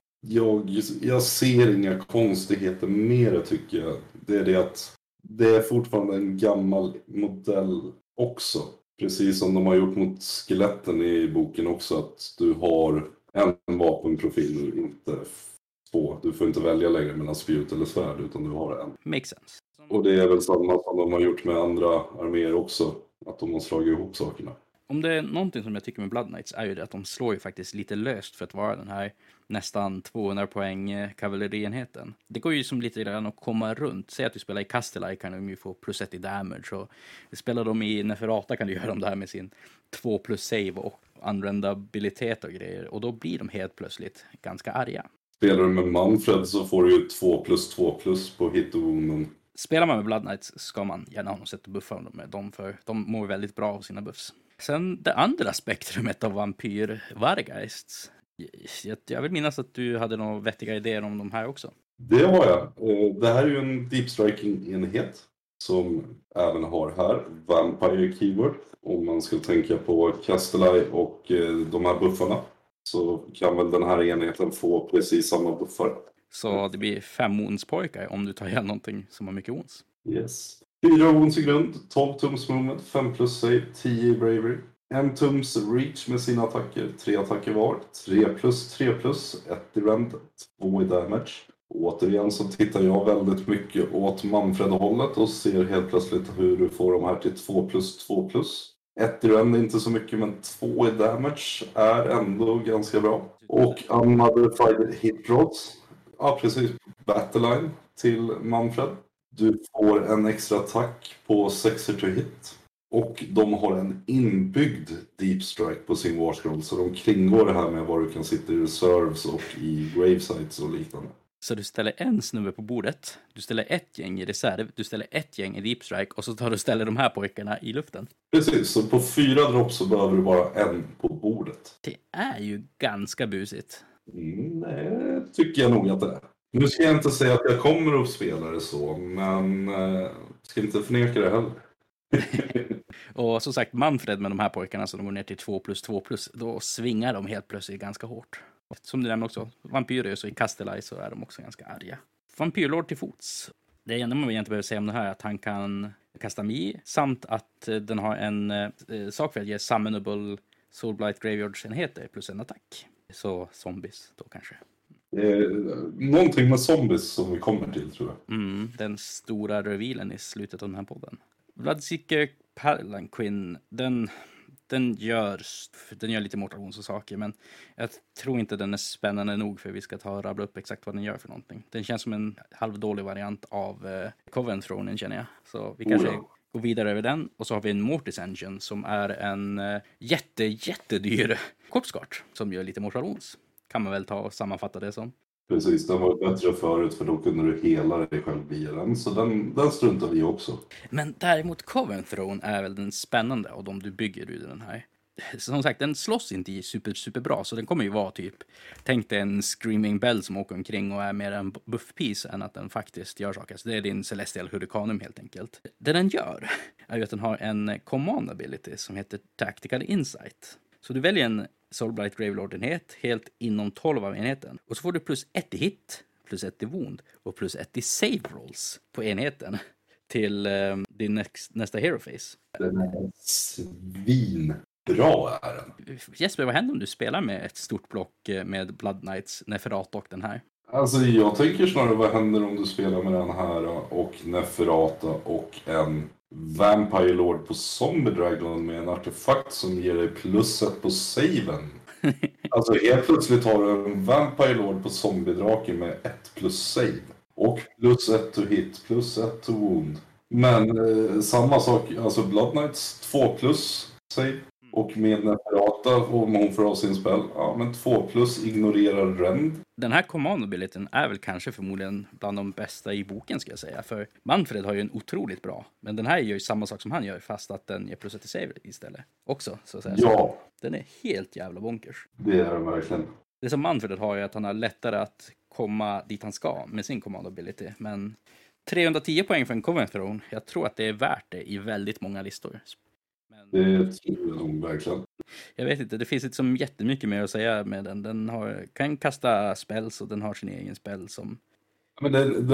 Jag ser inga konstigheter med det tycker jag. Det är det att det är fortfarande en gammal modell också. Precis som de har gjort mot skeletten i boken också. Att du har en vapenprofil och inte 2. Du får inte välja längre mellan spjut eller svärd utan du har en. Makes sense. Och det är väl samma som de har gjort med andra arméer också. Att de har slagit ihop sakerna. Om det är någonting som jag tycker med Blood Knights är ju det att de slår ju faktiskt lite löst för att vara den här nästan 200 poäng kavallerienheten. Det går ju som lite grann att komma runt. Säg att du spelar i Castellai kan de ju få +1 i damage. Och spelar de i Neferata kan du göra dem där med sin 2+ save och användabilitet och grejer. Och då blir de helt plötsligt ganska arga. Spelar du med Manfred så får du ju 2+2+ på hit och wound. Spelar man med Blood Knights ska man gärna ha något sätt att buffa med dem för de mår väldigt bra av sina buffs. Sen det andra spektrumet av vampyr Vargeists. Jag vill minnas att du hade några vettiga idéer om de här också. Det har jag. Det här är ju en deep striking-enhet som även har här Vampire Keyword. Om man ska tänka på Castellai och de här buffarna så kan väl den här enheten få precis samma buffar. Så det blir 5 wounds-pojkar om du tar igen någonting som har mycket wounds. Yes. 4 wounds i grund, 12 tums movement, 5+ save, 10 i bravery. 1 tums reach med sina attacker, 3 attacker var. 3+3+, 1 i rend, 2 i damage. Återigen så tittar jag väldigt mycket åt Manfred-hållet och ser helt plötsligt hur du får de här till 2+2+. 1 i rend är inte så mycket, men 2 i damage är ändå ganska bra. Och unmodified hit rods. Ja, precis. Battleline till Manfred. Du får en extra attack på 6 to hit. Och de har en inbyggd deep strike på sin war scroll. Så de kringgår det här med var du kan sitta i reserves och i gravesites och liknande. Så du ställer en snubbe på bordet, du ställer ett gäng i reserv, du ställer ett gäng i deep strike och så tar du ställer de här pojkarna i luften. Precis, så på 4 drops så behöver du bara en på bordet. Det är ju ganska busigt. Det tycker jag nog att det är. Nu ska jag inte säga att jag kommer att spela det så, men ska inte förneka det heller. Och som sagt, Manfred med de här pojkarna som de går ner till 2+2+, då svingar de helt plötsligt ganska hårt. Som du nämnde också, Vampyrös och i Castellai så är de också ganska arga. Vampyrlord till fots. Det enda man egentligen behöver säga om det här är att han kan kasta mig, samt att den har en sak för att ge summonable Soulblight Graveyards-enheter plus en attack. Så zombies då kanske. Någonting med zombies som vi kommer till, tror jag. Den stora revealen i slutet av den här podden. Bloodseeker Palanquin, den gör lite Mortal Wounds och saker, men jag tror inte den är spännande nog för vi ska ta och rabbla upp exakt vad den gör för någonting. Den känns som en halvdålig variant av Coven Throne, känner jag. Så vi kanske går vidare över den. Och så har vi en Mortis Engine som är en jättedyr korpskart som gör lite Mortal Wounds. Kan man väl ta och sammanfatta det som. Precis, den var bättre förut för då kunde du hela dig själv via den. Så den struntar vi också. Men däremot Coven Throne är väl den spännande av de du bygger ur den här. Som sagt, den slåss inte super bra, så den kommer ju vara typ, tänk dig en Screaming Bell som åker omkring och är mer en buffpiece än att den faktiskt gör saker. Så det är din Celestial Hurricanum helt enkelt. Det den gör är ju att den har en command ability som heter Tactical Insight. Så du väljer en Soulblight Gravelord-enhet helt inom 12 av enheten. Och så får du plus 1 i hit, plus 1 i wound och plus 1 i save rolls på enheten till din nästa hero phase. Den är svinbra är den. Jesper, vad händer om du spelar med ett stort block med Blood Knights, Neferat och den här? Alltså jag tänker snarare vad händer om du spelar med den här och Neferata och en Vampire Lord på Zombie Dragon med en artefakt som ger dig plus 1 på saven. Alltså helt plötsligt har du en Vampire Lord på Zombie Drake med 1 plus save. Och plus 1 to hit, plus 1 to wound. Men samma sak, alltså Blood Knights 2 plus save. Och med Neferata, om hon får av sin spel, ja men 2 plus ignorerar rend. Den här command abilityn är väl kanske förmodligen bland de bästa i boken, ska jag säga. För Manfred har ju en otroligt bra, men den här gör ju samma sak som han gör, fast att den ger plus 1 till save istället. Också, så att säga. Ja. Så den är helt jävla bonkers. Det är den verkligen. Det som Manfred har är att han har lättare att komma dit han ska med sin command ability. Men 310 poäng för en Coven Throne, jag tror att det är värt det i väldigt många listor. Men det tror jag nog verkligen. Jag vet inte, det finns inte så jättemycket mer att säga med den. Den kan kasta spells och den har sin egen spel som... Men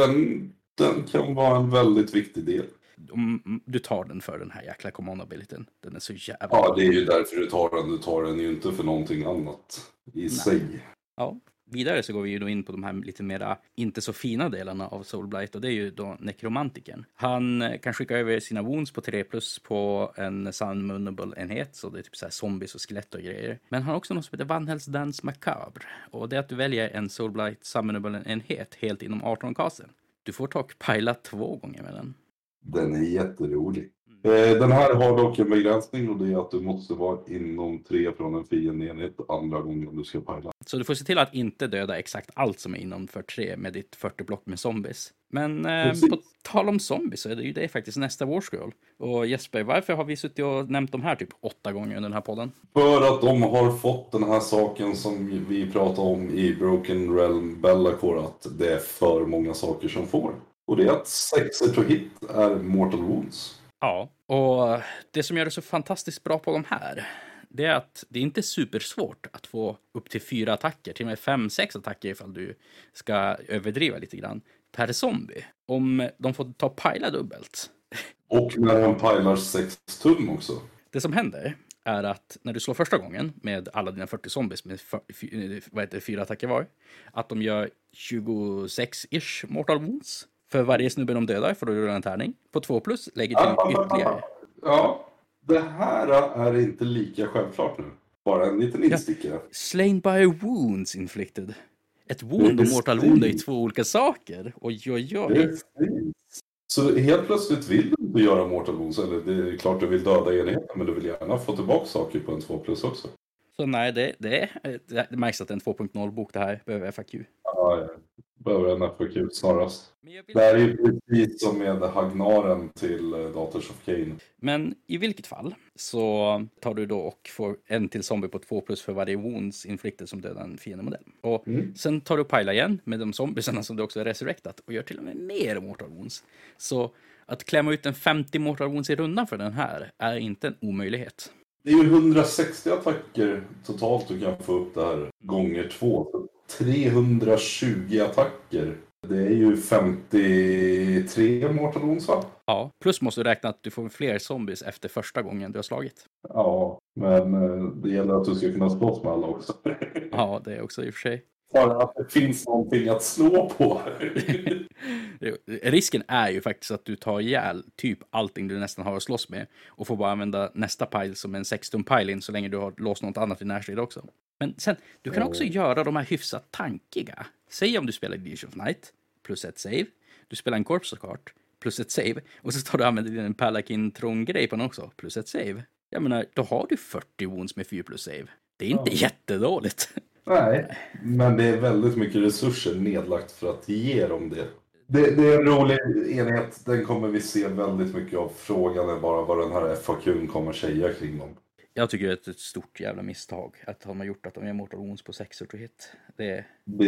den kan vara en väldigt viktig del. Om du tar den för den här jäkla command abilityn. Den är så jävla... Ja, det är ju därför du tar den. Du tar den ju inte för någonting annat i sig. Ja, vidare så går vi ju då in på de här lite mera inte så fina delarna av Soulblight, och det är ju då nekromantiken. Han kan skicka över sina wounds på 3+ på en summonable-enhet, så det är typ så här zombies och skelett och grejer. Men han har också något som heter Vanhells Dance Macabre, och det är att du väljer en Soulblight summonable-enhet helt inom 18-kasen. Du får dock pila 2 gånger med den. Den är jätterolig. Den här har dock en begränsning, och det är att du måste vara inom 3 från en fiendenhet andra gången om du ska pila. Så du får se till att inte döda exakt allt som är inom 43 med ditt 40-block med zombies. Men på tal om zombies så är det ju det faktiskt nästa War Scroll. Och Jesper, varför har vi suttit och nämnt de här typ 8 gånger under den här podden? För att de har fått den här saken som vi pratade om i Broken Realm Bellacore, att det är för många saker som får. Och det är att 6 to hit är Mortal Wounds. Ja, och det som gör det så fantastiskt bra på de här, det är att det är inte supersvårt att få upp till 4 attacker, till och med 5-6 attacker ifall du ska överdriva lite grann, per zombie. Om de får ta pila dubbelt. Och när de pilar 6 tum också. Det som händer är att när du slår första gången med alla dina 40 zombies med 4 attacker var, att de gör 26-ish mortal wounds. För varje snubbe de dödar får du rulla en tärning. På 2+ lägger till ytterligare. Ja, det här är inte lika självklart nu. Bara en liten instickare. Slain by wounds inflicted. Ett wound och mortal wound är ju 2 olika saker. Oj. Precis. Så helt plötsligt vill du inte göra Mortal Wounds, eller det är klart du vill döda enheten, men du vill gärna få tillbaka saker på en 2+ också. Så nej, det märks att det är en 2.0-bok det här, behöver FAQ. Ja, jag behöver en FAQ snarast. Men jag vill... Det här är ju precis som med Hagnaren till Daughters of Cain. Men i vilket fall så tar du då och får en till zombie på 2+ för varje wounds inflicted som dödar en fiendemodell. Och sen tar du och pilar igen med de zombiesarna som du också är resurrectat och gör till och med mer mortal wounds. Så att klämma ut en 50 mortal wounds i rundan för den här är inte en omöjlighet. Det är ju 160 attacker totalt du kan få upp det här gånger 2. 320 attacker. Det är ju 53 Mortal Wounds, va? Ja, plus måste du räkna att du får fler zombies efter första gången du har slagit. Ja, men det gäller att du ska kunna slåss med alla också. Ja, det är också i och för sig. För att det finns någonting att slå på. Risken är ju faktiskt att du tar ihjäl typ allting du nästan har att slåss med och får bara använda nästa pile som en 6-tum pile in så länge du har låst något annat i närstrid också. Men sen, du kan också göra de här hyfsat tankiga. Säg om du spelar Legion of Night plus ett save, du spelar en Corpse-kart plus ett save och så tar du och använder din Palakin-tron-grej på den också plus ett save. Jag menar, då har du 40 wounds med 4+ save. Det är inte jättedåligt. Nej, men det är väldigt mycket resurser nedlagt för att ge dem det. Det är en rolig enhet, den kommer vi se väldigt mycket av. Frågan är bara vad den här FAQn kommer säga kring dem. Jag tycker det är ett stort jävla misstag att de har gjort att de gör Mortal Wounds på 6 to hit. Det är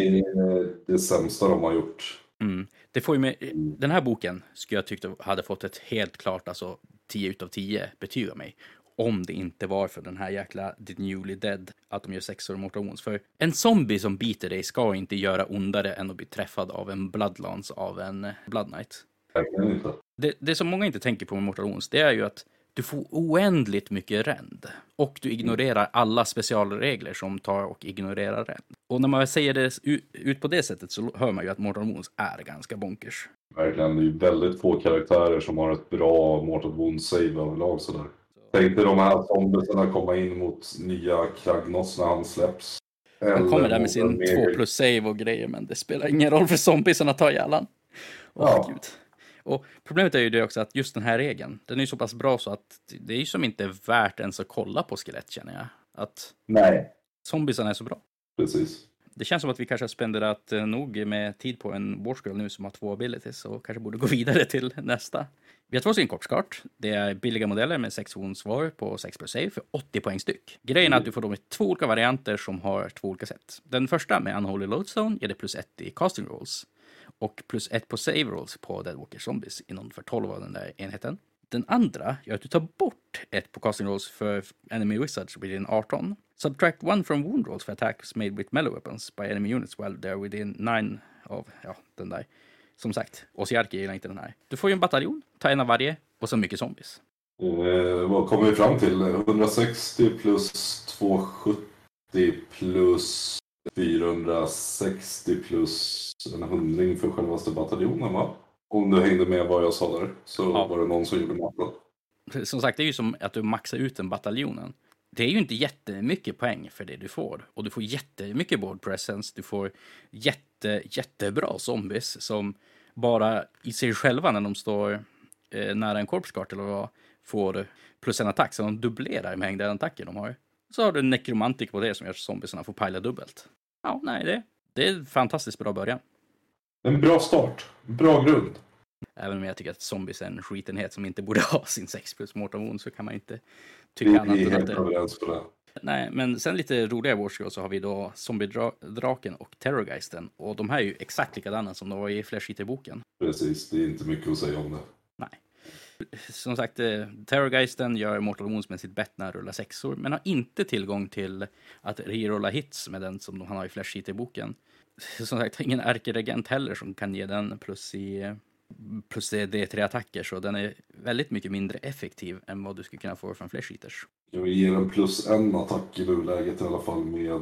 det sämsta de har gjort. Det får ju med, den här boken skulle jag tycka hade fått ett helt klart, alltså 10 utav 10 betyg av mig. Om det inte var för den här jäkla The Newly Dead, att de gör 6 Mortal Wounds. För en zombie som biter dig ska inte göra ondare än att bli träffad av en Bloodlance av en Blood Knight. Verkligen inte. Det som många inte tänker på med Mortal Wounds, det är ju att du får oändligt mycket ränd. Och du ignorerar alla specialregler som tar och ignorerar ränd. Och när man säger det ut på det sättet så hör man ju att Mortal Wounds är ganska bonkers. Verkligen, det är ju väldigt få karaktärer som har ett bra Mortal Wounds save överlag sådär. Tänkte de här zombiesarna komma in mot nya Kragnos när han släpps. Han kommer där med sin 2+ save och grejer, men det spelar ingen roll för zombiesarna tar ihjäl. Gud. Och problemet är ju det också att just den här regeln, den är ju så pass bra så att det är ju som inte värt ens att kolla på skelett, känner jag. Att zombiesarna är så bra. Precis. Det känns som att vi kanske har spenderat nog med tid på en Warskirl nu som har 2 abilities och kanske borde gå vidare till nästa. Vi har 2 synkortskart. Det är billiga modeller med 6 wounds var på 6+ save för 80 poäng styck. Grejen är att du får dem i 2 olika varianter som har 2 olika sätt. Den första med Unholy Lodestone ger det +1 i casting rolls. Och +1 på save rolls på Deadwalker Zombies inom för 12 av den där enheten. Den andra gör att du tar bort 1 på casting rolls för enemy wizards within 18. Subtract 1 from wound rolls for attacks made with melee weapons by enemy units while they're within 9 av, den där. Som sagt, Osiarki gillar inte den här. Du får ju en bataljon, ta en av varje och så mycket zombies. Vad kommer vi fram till? 160 plus 270 plus 460 plus en 100 för självaste bataljonen, va? Om du hängde med vad jag sa där så var det någon som gjorde matten. Som sagt, det är ju som att du maxar ut en bataljonen. Det är ju inte jättemycket poäng för det du får. Och du får jättemycket board presence. Du får jättebra zombies som bara i sig själva när de står nära en korpskart eller vad får plus en attack. Så de dubblerar mängden attacker de har. Så har du Necromantic på det som gör att zombiesarna får pila dubbelt. Ja, nej, det är en fantastiskt bra början. En bra start. Bra grund. Även om jag tycker att zombies är en skitenhet som inte borde ha sin 6+ Mortal Wounds så kan man inte tycka annat än att överens på det. Nej, men sen lite roliga Warskirl så har vi då Zombie-draken och Terrorgeisten. Och de här är ju exakt likadana som de var i Flesh Eater-boken. Precis, det är inte mycket att säga om det. Nej. Som sagt, Terrorgeisten gör Mortal Wounds med sitt bett när han rullar 6-or, men har inte tillgång till att rerolla hits med den som han har i Flesh Eater-boken. Som sagt, ingen ärkeregent heller som kan ge den plus D3-attacker, så den är väldigt mycket mindre effektiv än vad du skulle kunna få från Flesh Eaters. Jag ger en +1 attack i nuläget i alla fall med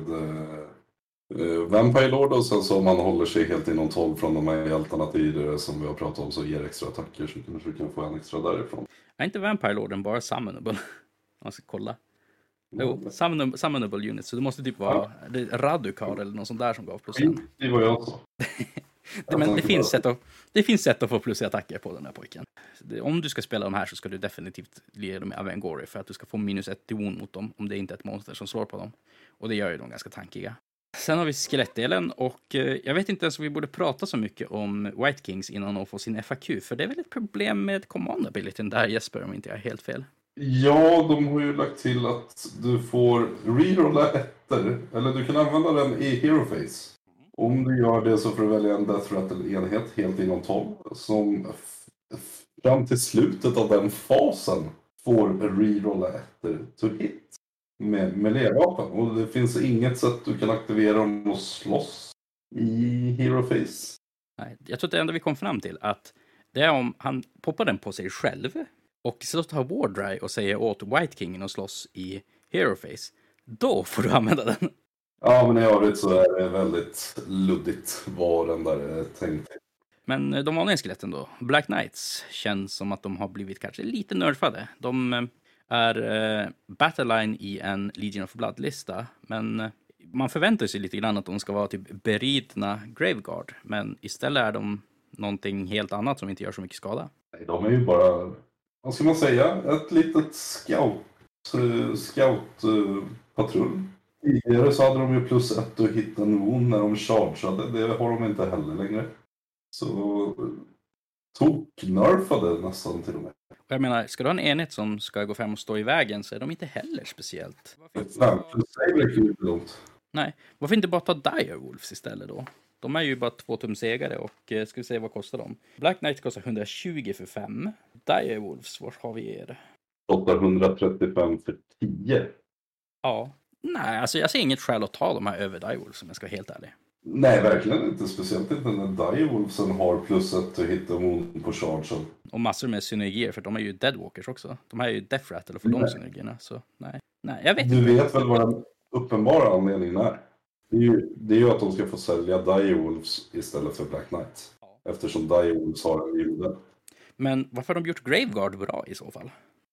Vampire Lord, och sen så om man håller sig helt inom 12 från de här hjältarna tidigare som vi har pratat om så ger extra attacker så kanske du kan få en extra därifrån. Är inte Vampire Lorden bara summonable? Man ska kolla. Jo, summonable units, så det måste typ vara Radukar eller något sånt där som gav +1. Det var jag också. Men det finns sätt att få plus i attacker på den här pojken. Om du ska spela de här så ska du definitivt ge dem Avengori för att du ska få -1 till wound mot dem om det inte är ett monster som slår på dem. Och det gör ju dem ganska tankiga. Sen har vi skelettdelen och jag vet inte ens om vi borde prata så mycket om White Kings innan de får sin FAQ. För det är väl ett problem med command abilityn där, Jesper, om inte jag är helt fel. Ja, de har ju lagt till att du får rerolla ettor, eller du kan använda den i Hero Phase. Om du gör det så får du välja en Death Rattle-enhet helt inom 12 som fram till slutet av den fasen får rerolla ettor to hit med melee-vapen. Och det finns inget sätt du kan aktivera dem och slåss i Hero Phase. Nej, jag tror att det enda vi kom fram till att det är om han poppar den på sig själv och så tar War Dry och säger åt White Kingen att slåss i Hero Phase, då får du använda den. Ja, men i övrigt så är det väldigt luddigt vad den där är tänkt. Men de vanliga skeletten då, Black Knights, känns som att de har blivit kanske lite nerfade. De är Battleline i en Legion of Blood-lista, men man förväntar sig lite grann att de ska vara typ beridna Graveguard, men istället är de någonting helt annat som inte gör så mycket skada. Nej, de är ju bara, vad ska man säga, ett litet scout-patrull. Tidigare så hade de ju +1 att hitta en wound när de chargeade. Det har de inte heller längre. Så toknerfade nästan till och med. Och jag menar, ska du ha en enhet som ska gå fram och stå i vägen så är de inte heller speciellt. Nej, varför inte bara ta Direwolves istället då? De är ju bara 2 tum segare och ska vi se vad kostar de? Black Knight kostar 120 för 5. Direwolves, var har vi er? 835 för 10. Ja, nej, alltså jag ser inget skäl att ta de här över Direwolves om jag ska vara helt ärlig. Nej, verkligen inte. Speciellt inte när Direwolvesen har +1 att hitta wound på chargen. Och massor med synergier, för de är ju Deadwalkers också. De här är ju Death Rattle och får de synergierna, så nej, jag vet inte. Du vet väl vad den uppenbara anledningen är? Det är ju att de ska få sälja Direwolves istället för Black Knight. Ja. Eftersom Direwolves har en jude. Men varför har de gjort Graveguard bra i så fall?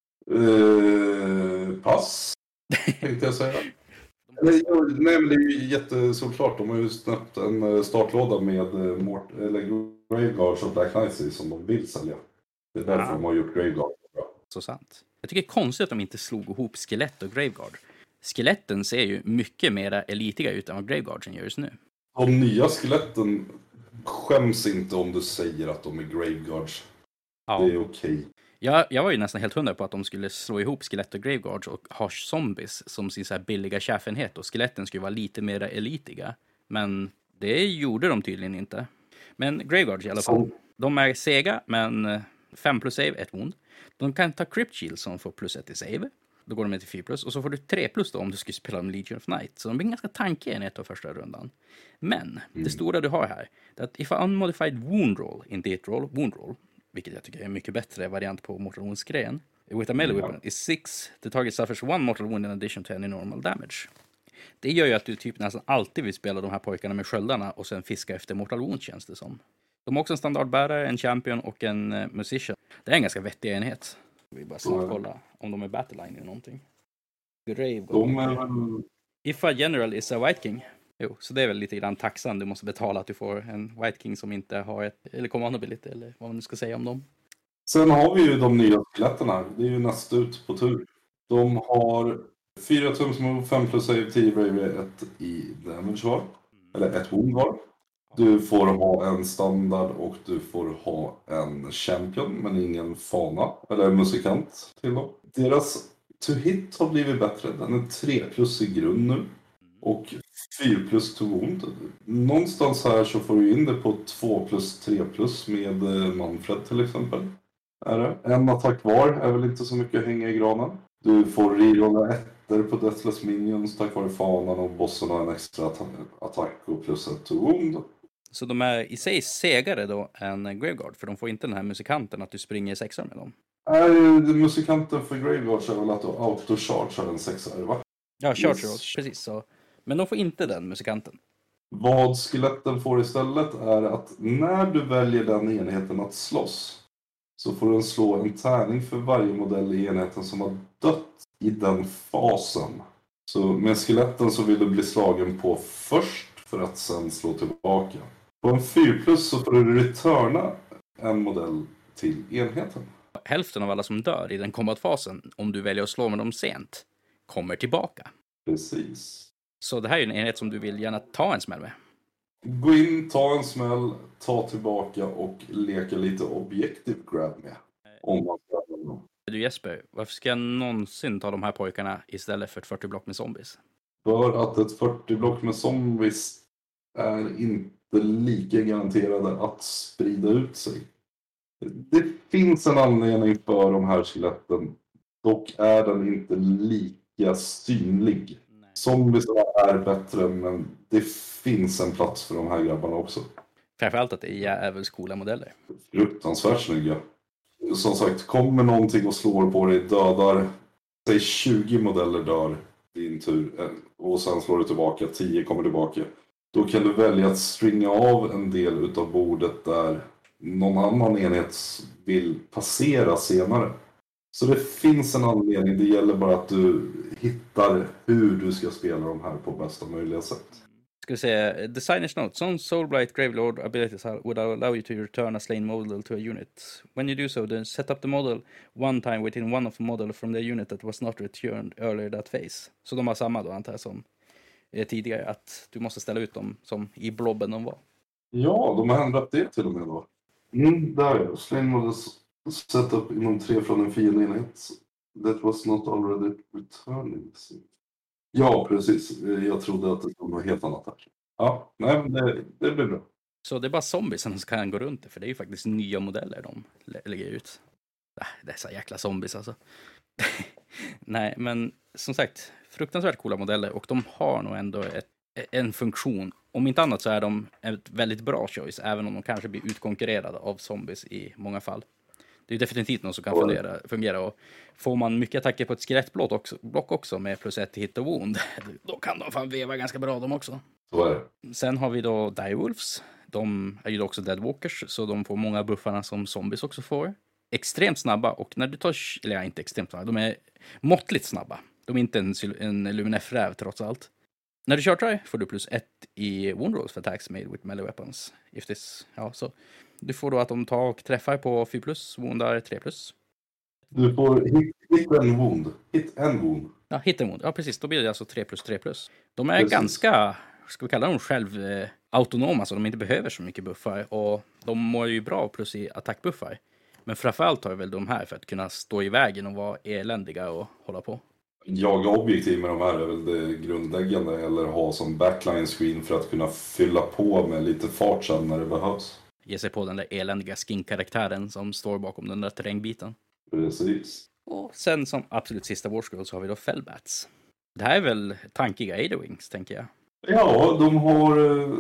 Pass, tänkte jag säga. Nej, men det är ju jättesolklart. De har ju snabbt en startlåda med Graveguards och Black Knights i som de vill sälja. Det är därför de har gjort Graveguard bra. Så sant. Jag tycker det är konstigt att de inte slog ihop skelett och Graveguard. Skeletten ser ju mycket mer elitiga ut än vad Graveguardsen gör just nu. De nya skeletten skäms inte om du säger att de är Graveguards. Ja. Det är okej. Jag var ju nästan helt 100 på att de skulle slå ihop skelett och Graveguards och ha zombies som sin så här billiga chefenhet. Och skeletten skulle vara lite mer elitiga. Men det gjorde de tydligen inte. Men Graveguards i alla fall. De är sega, men 5+ save, 1 wound. De kan ta Crypt Shield som får +1 i save. Då går de med till 4+. Och så får du 3+ då om du skulle spela med Legion of Night. Så de blir ganska tankiga enhet av första rundan. Men det stora du har här är att if a unmodified wound roll in the hit roll, wound roll, vilket jag tycker är en mycket bättre variant på Mortal Wounds-grejen. With a melee weapon is 6. The target suffers 1 mortal wound in addition to any normal damage. Det gör ju att du typ nästan alltid vill spela de här pojkarna med sköldarna och sen fiska efter Mortal Wounds, känns det som. De har också en standardbärare, en champion och en musician. Det är en ganska vettig enhet. Vi bara snabbt kolla om de är battleline eller någonting. If a general is a White King. Jo, så det är väl lite grann taxan. Du måste betala att du får en White King som inte har ett, eller command ability, eller vad man nu ska säga om dem. Sen har vi ju de nya skeletten här. Det är ju näst ut på tur. De har 4 tums move, 5+ save, 10 bravery, 1 i damage var. Eller 1 wound var. Du får ha en standard och du får ha en champion, men ingen fana eller musikant till dem. Deras to hit har blivit bättre. Den är 3+ i grund nu. Och 4+ to wound. Någonstans här så får du in det på 2+, 3+ med Manfred till exempel. Är det? En attack var är väl inte så mycket att hänga i granen. Du får rerolla ettor på Deathless Minions tack vare fanan och bossen har en extra attack och +1 to wound. Så de är i sig segare då än Graveguard, för de får inte den här musikanten att du springer 6 med dem. Nej, musikanten för Graveguard är väl att du auto-chargear en 6, va? Ja, charge yes. Precis så. Men de får inte den musikanten. Vad skeletten får istället är att när du väljer den enheten att slåss så får den slå en tärning för varje modell i enheten som har dött i den fasen. Så med skeletten så vill du bli slagen på först för att sen slå tillbaka. På en 4+ så får du returna en modell till enheten. Hälften av alla som dör i den combat-fasen, om du väljer att slå med dem sent, kommer tillbaka. Precis. Så det här är en enhet som du vill gärna ta en smäll med. Gå in, ta en smäll, ta tillbaka och leka lite objective grab med. Om man ska ha dem. Du Jesper, varför ska jag någonsin ta de här pojkarna istället för ett 40 block med zombies? För att ett 40 block med zombies är inte lika garanterade att sprida ut sig. Det finns en anledning för de här skeletten. Dock är den inte lika synlig. Nej. Zombies är bättre, men det finns en plats för de här grabbarna också. Framförallt att det är jävligt coola modeller. Fruktansvärt snygga. Som sagt, kommer någonting och slår på dig, dödar, säg 20 modeller dör din tur. Och sen slår du tillbaka, 10 kommer tillbaka. Då kan du välja att stringa av en del utav bordet där någon annan enhet vill passera senare. Så det finns en anledning, det gäller bara att du hittar hur du ska spela de här på bästa möjliga sätt. Ska vi säga, Designer's Note. Some Soulblight Gravelord abilities would allow you to return a slain model to a unit. When you do so, then set up the model one time within one of the model from the unit that was not returned earlier that phase. Så de har samma då, antar jag, som tidigare, att du måste ställa ut dem som i blobben de var. Ja, de har ändrat det till och med då. Där ja. Slain models set up inom 3 från en fiendenhet. That was not already returning. Ja, precis. Jag trodde att det var något helt annat här. Ja, nej, men det blir bra. Så det är bara zombiesen som kan gå runt det, för det är ju faktiskt nya modeller de lägger ut. Dessa jäkla zombies alltså. Nej, men som sagt, fruktansvärt coola modeller, och de har nog ändå en funktion. Om inte annat så är de ett väldigt bra choice, även om de kanske blir utkonkurrerade av zombies i många fall. Det är definitivt något som kan fungera. Och får man mycket attacker på ett skelettblock också med +1 till hit och wound, då kan de fan veva ganska bra de också. Så är det. Sen har vi då Direwolves. De är ju också Deadwalkers, så de får många buffarna som zombies också får. Extremt snabba, och när du tar... Eller ja, inte extremt snabba, de är måttligt snabba. De är inte en Luminef-räv trots allt. När du chartrar får du +1 i wound rolls för attacks made with melee weapons. Så du får då att de tar och träffar på 4+, woundar 3+. Du får hit en wound. Hit en wound. Ja, hit en wound. Ja, precis. Då blir det alltså 3+. De är Precis. ganska, ska vi kalla dem själv, autonoma, så de inte behöver så mycket buffar. Och de mår ju bra plus i attackbuffar. Men framförallt har väl de här för att kunna stå i vägen och vara eländiga och hålla på. Jaga objektiv med de här är väl det grundläggande, eller ha som backline screen för att kunna fylla på med lite fart sen när det behövs. Ge sig på den där eländiga skin-karaktären som står bakom den där terrängbiten. Precis. Och sen som absolut sista Warscroll så har vi då Fellbats. Det här är väl tankiga Aetherwings, tänker jag. Ja, de har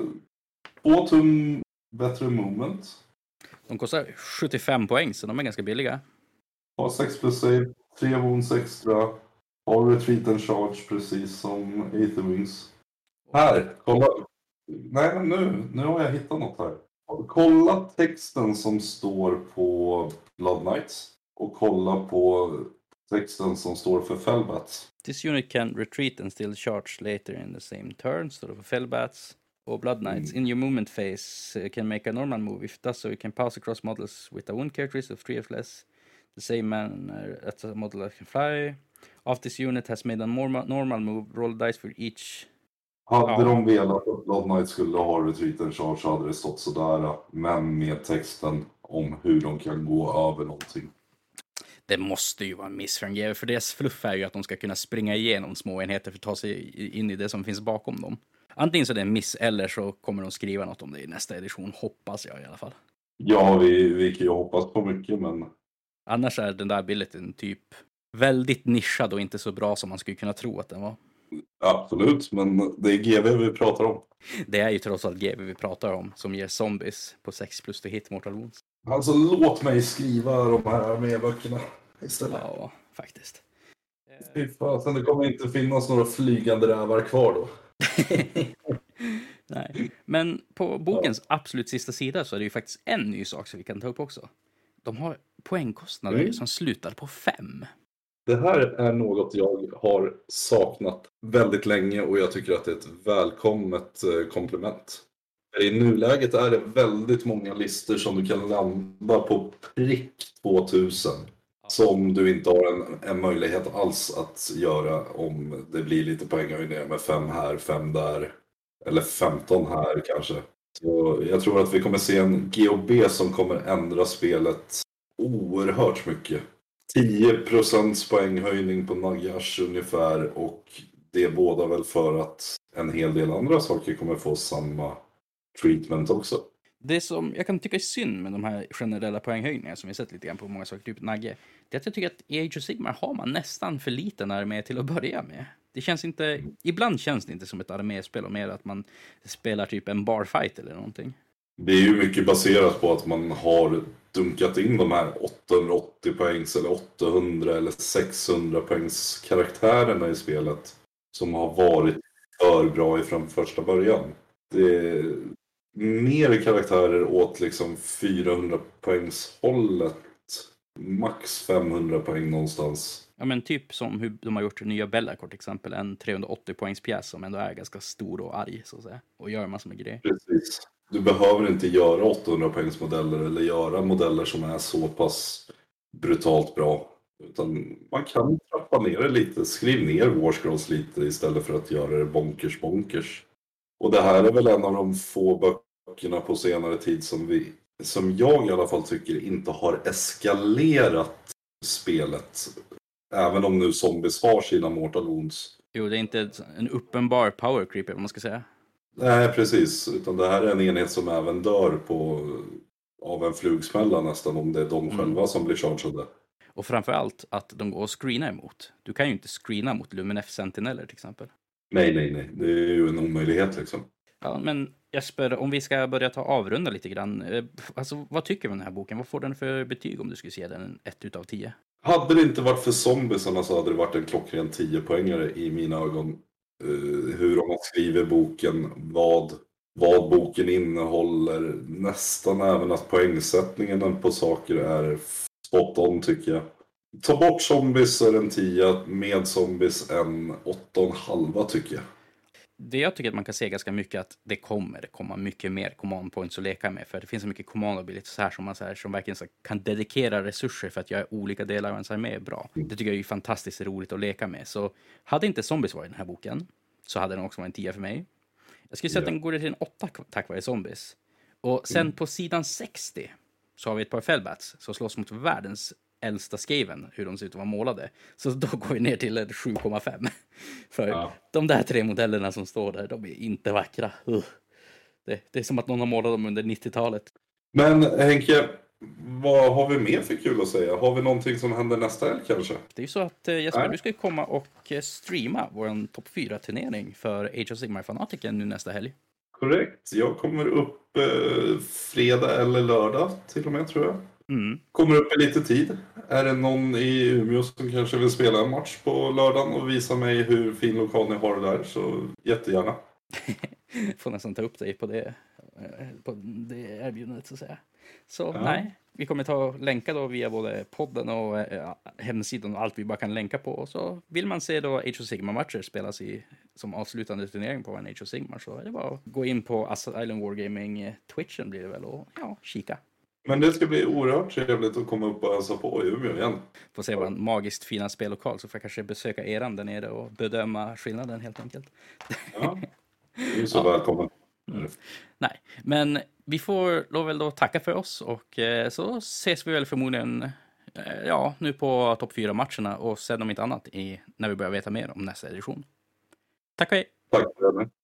2 tum bättre movement. De kostar 75 poäng, så de är ganska billiga. Har 6+ save, 3 wounds extra. Har retreat and charge precis som Aetherwings. Här, kolla. Nej, men nu har jag hittat något här. Kolla texten som står på Blood Knights. Och kolla på texten som står för Fellbats. This unit can retreat and still charge later in the same turn, står det för Fellbats. Och Blood Knights, in your movement phase, can make a normal move. If it does so, you can pass across models with a wound characteristic of 3 or less. The same manner as a model that can fly. After this unit has made a normal move, roll dice for each. Hade de velat att Blood Knights skulle ha retreat and charge så hade det stått sådär. Men med texten om hur de kan gå över någonting. Det måste ju vara en miss från GW, för deras fluff är ju att de ska kunna springa igenom små enheter för att ta sig in i det som finns bakom dem. Antingen så är det en miss, eller så kommer de skriva något om det i nästa edition, hoppas jag i alla fall. Ja, vi kan ju hoppas på mycket, men... Annars är den där abilityn typ väldigt nischad och inte så bra som man skulle kunna tro att den var. Absolut, men det är GW vi pratar om. Det är ju trots allt GW vi pratar om, som ger zombies på 6+ till hit mortal wounds. Alltså låt mig skriva de här arméböckerna istället. Ja, faktiskt. Fy fasen, det kommer inte finnas några flygande rävar kvar då. Nej, men på bokens absolut sista sida så är det ju faktiskt en ny sak som vi kan ta upp också. De har poängkostnader som slutar på 5. Det här är något jag har saknat väldigt länge och jag tycker att det är ett välkommet komplement. I nuläget är det väldigt många listor som du kan landa på prick 2000. Som du inte har en möjlighet alls att göra om det blir lite poänghöjningar med 5 här, 5 där. Eller 15 här kanske. Så jag tror att vi kommer se en GOB som kommer ändra spelet oerhört mycket. 10% poänghöjning på Nagash ungefär, och det bådar väl för att en hel del andra saker kommer få samma treatment också. Det som jag kan tycka är synd med de här generella poänghöjningarna som vi sett lite grann på många saker, typ Nagge, det är att jag tycker att i Age of Sigmar har man nästan för liten armé till att börja med. Det känns inte, ibland känns det inte som ett arméspel och mer att man spelar typ en barfight eller någonting. Det är ju mycket baserat på att man har dunkat in de här 880 poängs eller 800 eller 600 poängs karaktärerna i spelet som har varit för bra ifrån första början. Det är mer karaktärer åt liksom 400 poängs hållet, max 500 poäng någonstans. Ja, men typ som hur de har gjort nya Bellacore till exempel, en 380 poängs pjäs som ändå är ganska stor och arg så att säga, och gör massor med grejer. Precis. Du behöver inte göra 800 poängs modeller eller göra modeller som är så pass brutalt bra. Utan man kan trappa ner det lite, skriv ner Warscrolls lite istället för att göra det bonkers. Och det här är väl en av de få böckerna på senare tid som jag i alla fall tycker inte har eskalerat spelet. Även om nu zombies har sina mortal wounds. Jo, det är inte en uppenbar power creep, vad man ska säga. Nej, precis. Utan det här är en enhet som även dör av en flugsmälla nästan, om det är de själva som blir chargade. Och framförallt att de går att screena emot. Du kan ju inte screena mot Luminef Sentineller till exempel. Nej. Det är ju en omöjlighet liksom. Ja, men Jesper, om vi ska börja avrunda lite grann. Alltså, vad tycker du om den här boken? Vad får den för betyg om du skulle se den 1 utav 10? Hade det inte varit för zombiesarna så hade det varit en klockren 10-poängare i mina ögon. Hur de har skrivit boken, vad boken innehåller. Nästan även att poängsättningen på saker är spot on tycker jag. Ta bort zombies är en 10, med zombies en 8,5 tycker jag. Det jag tycker att man kan se ganska mycket att det kommer komma mycket mer command points att leka med. För det finns så mycket command abilities här som man så här, som verkligen så kan dedikera resurser för att göra olika delar av ens armé bra. Det tycker jag är fantastiskt roligt att leka med. Så hade inte zombies varit i den här boken så hade den också varit en 10 för mig. Jag skulle säga att den går till en 8 tack vare zombies. Och sen på sidan 60 så har vi ett par fellbats som slåss mot världens äldsta Skaven, hur de ser ut att vara målade. Så då går vi ner till 7,5. För de där 3 modellerna som står där, de är inte vackra. Det är som att någon har målat dem under 90-talet. Men Henke, vad har vi mer för kul att säga? Har vi någonting som händer nästa helg kanske? Det är ju så att Jesper, du ska komma och streama vår topp 4-turnering för Age of Sigmar-fanatiken nu nästa helg. Korrekt. Jag kommer upp fredag eller lördag till och med tror jag. Kommer upp i lite tid. Är det någon i Umeå som kanske vill spela en match på lördagen och visa mig hur fin lokal ni har där, så jättegärna. Får nästan ta upp dig på det erbjudandet så att säga. Så nej, vi kommer ta länka då via både podden och hemsidan och allt vi bara kan länka på. Och så vill man se då Age of Sigmar-matcher spelas som avslutande turnering på en Age of Sigmar, så är det bara att gå in på Island Wargaming Twitchen blir det väl och kika. Men det ska bli oerhört trevligt att komma upp och hälsa på i Umeå igen. Får se vad en magiskt fina spellokal, så får jag kanske besöka eran där nere och bedöma skillnaden helt enkelt. Ja, du är så välkommen. Nej, men vi får väl då tacka för oss och så ses vi väl förmodligen nu på topp 4-matcherna och sen om inte annat när vi börjar veta mer om nästa edition. Tack och hej! Tack för det.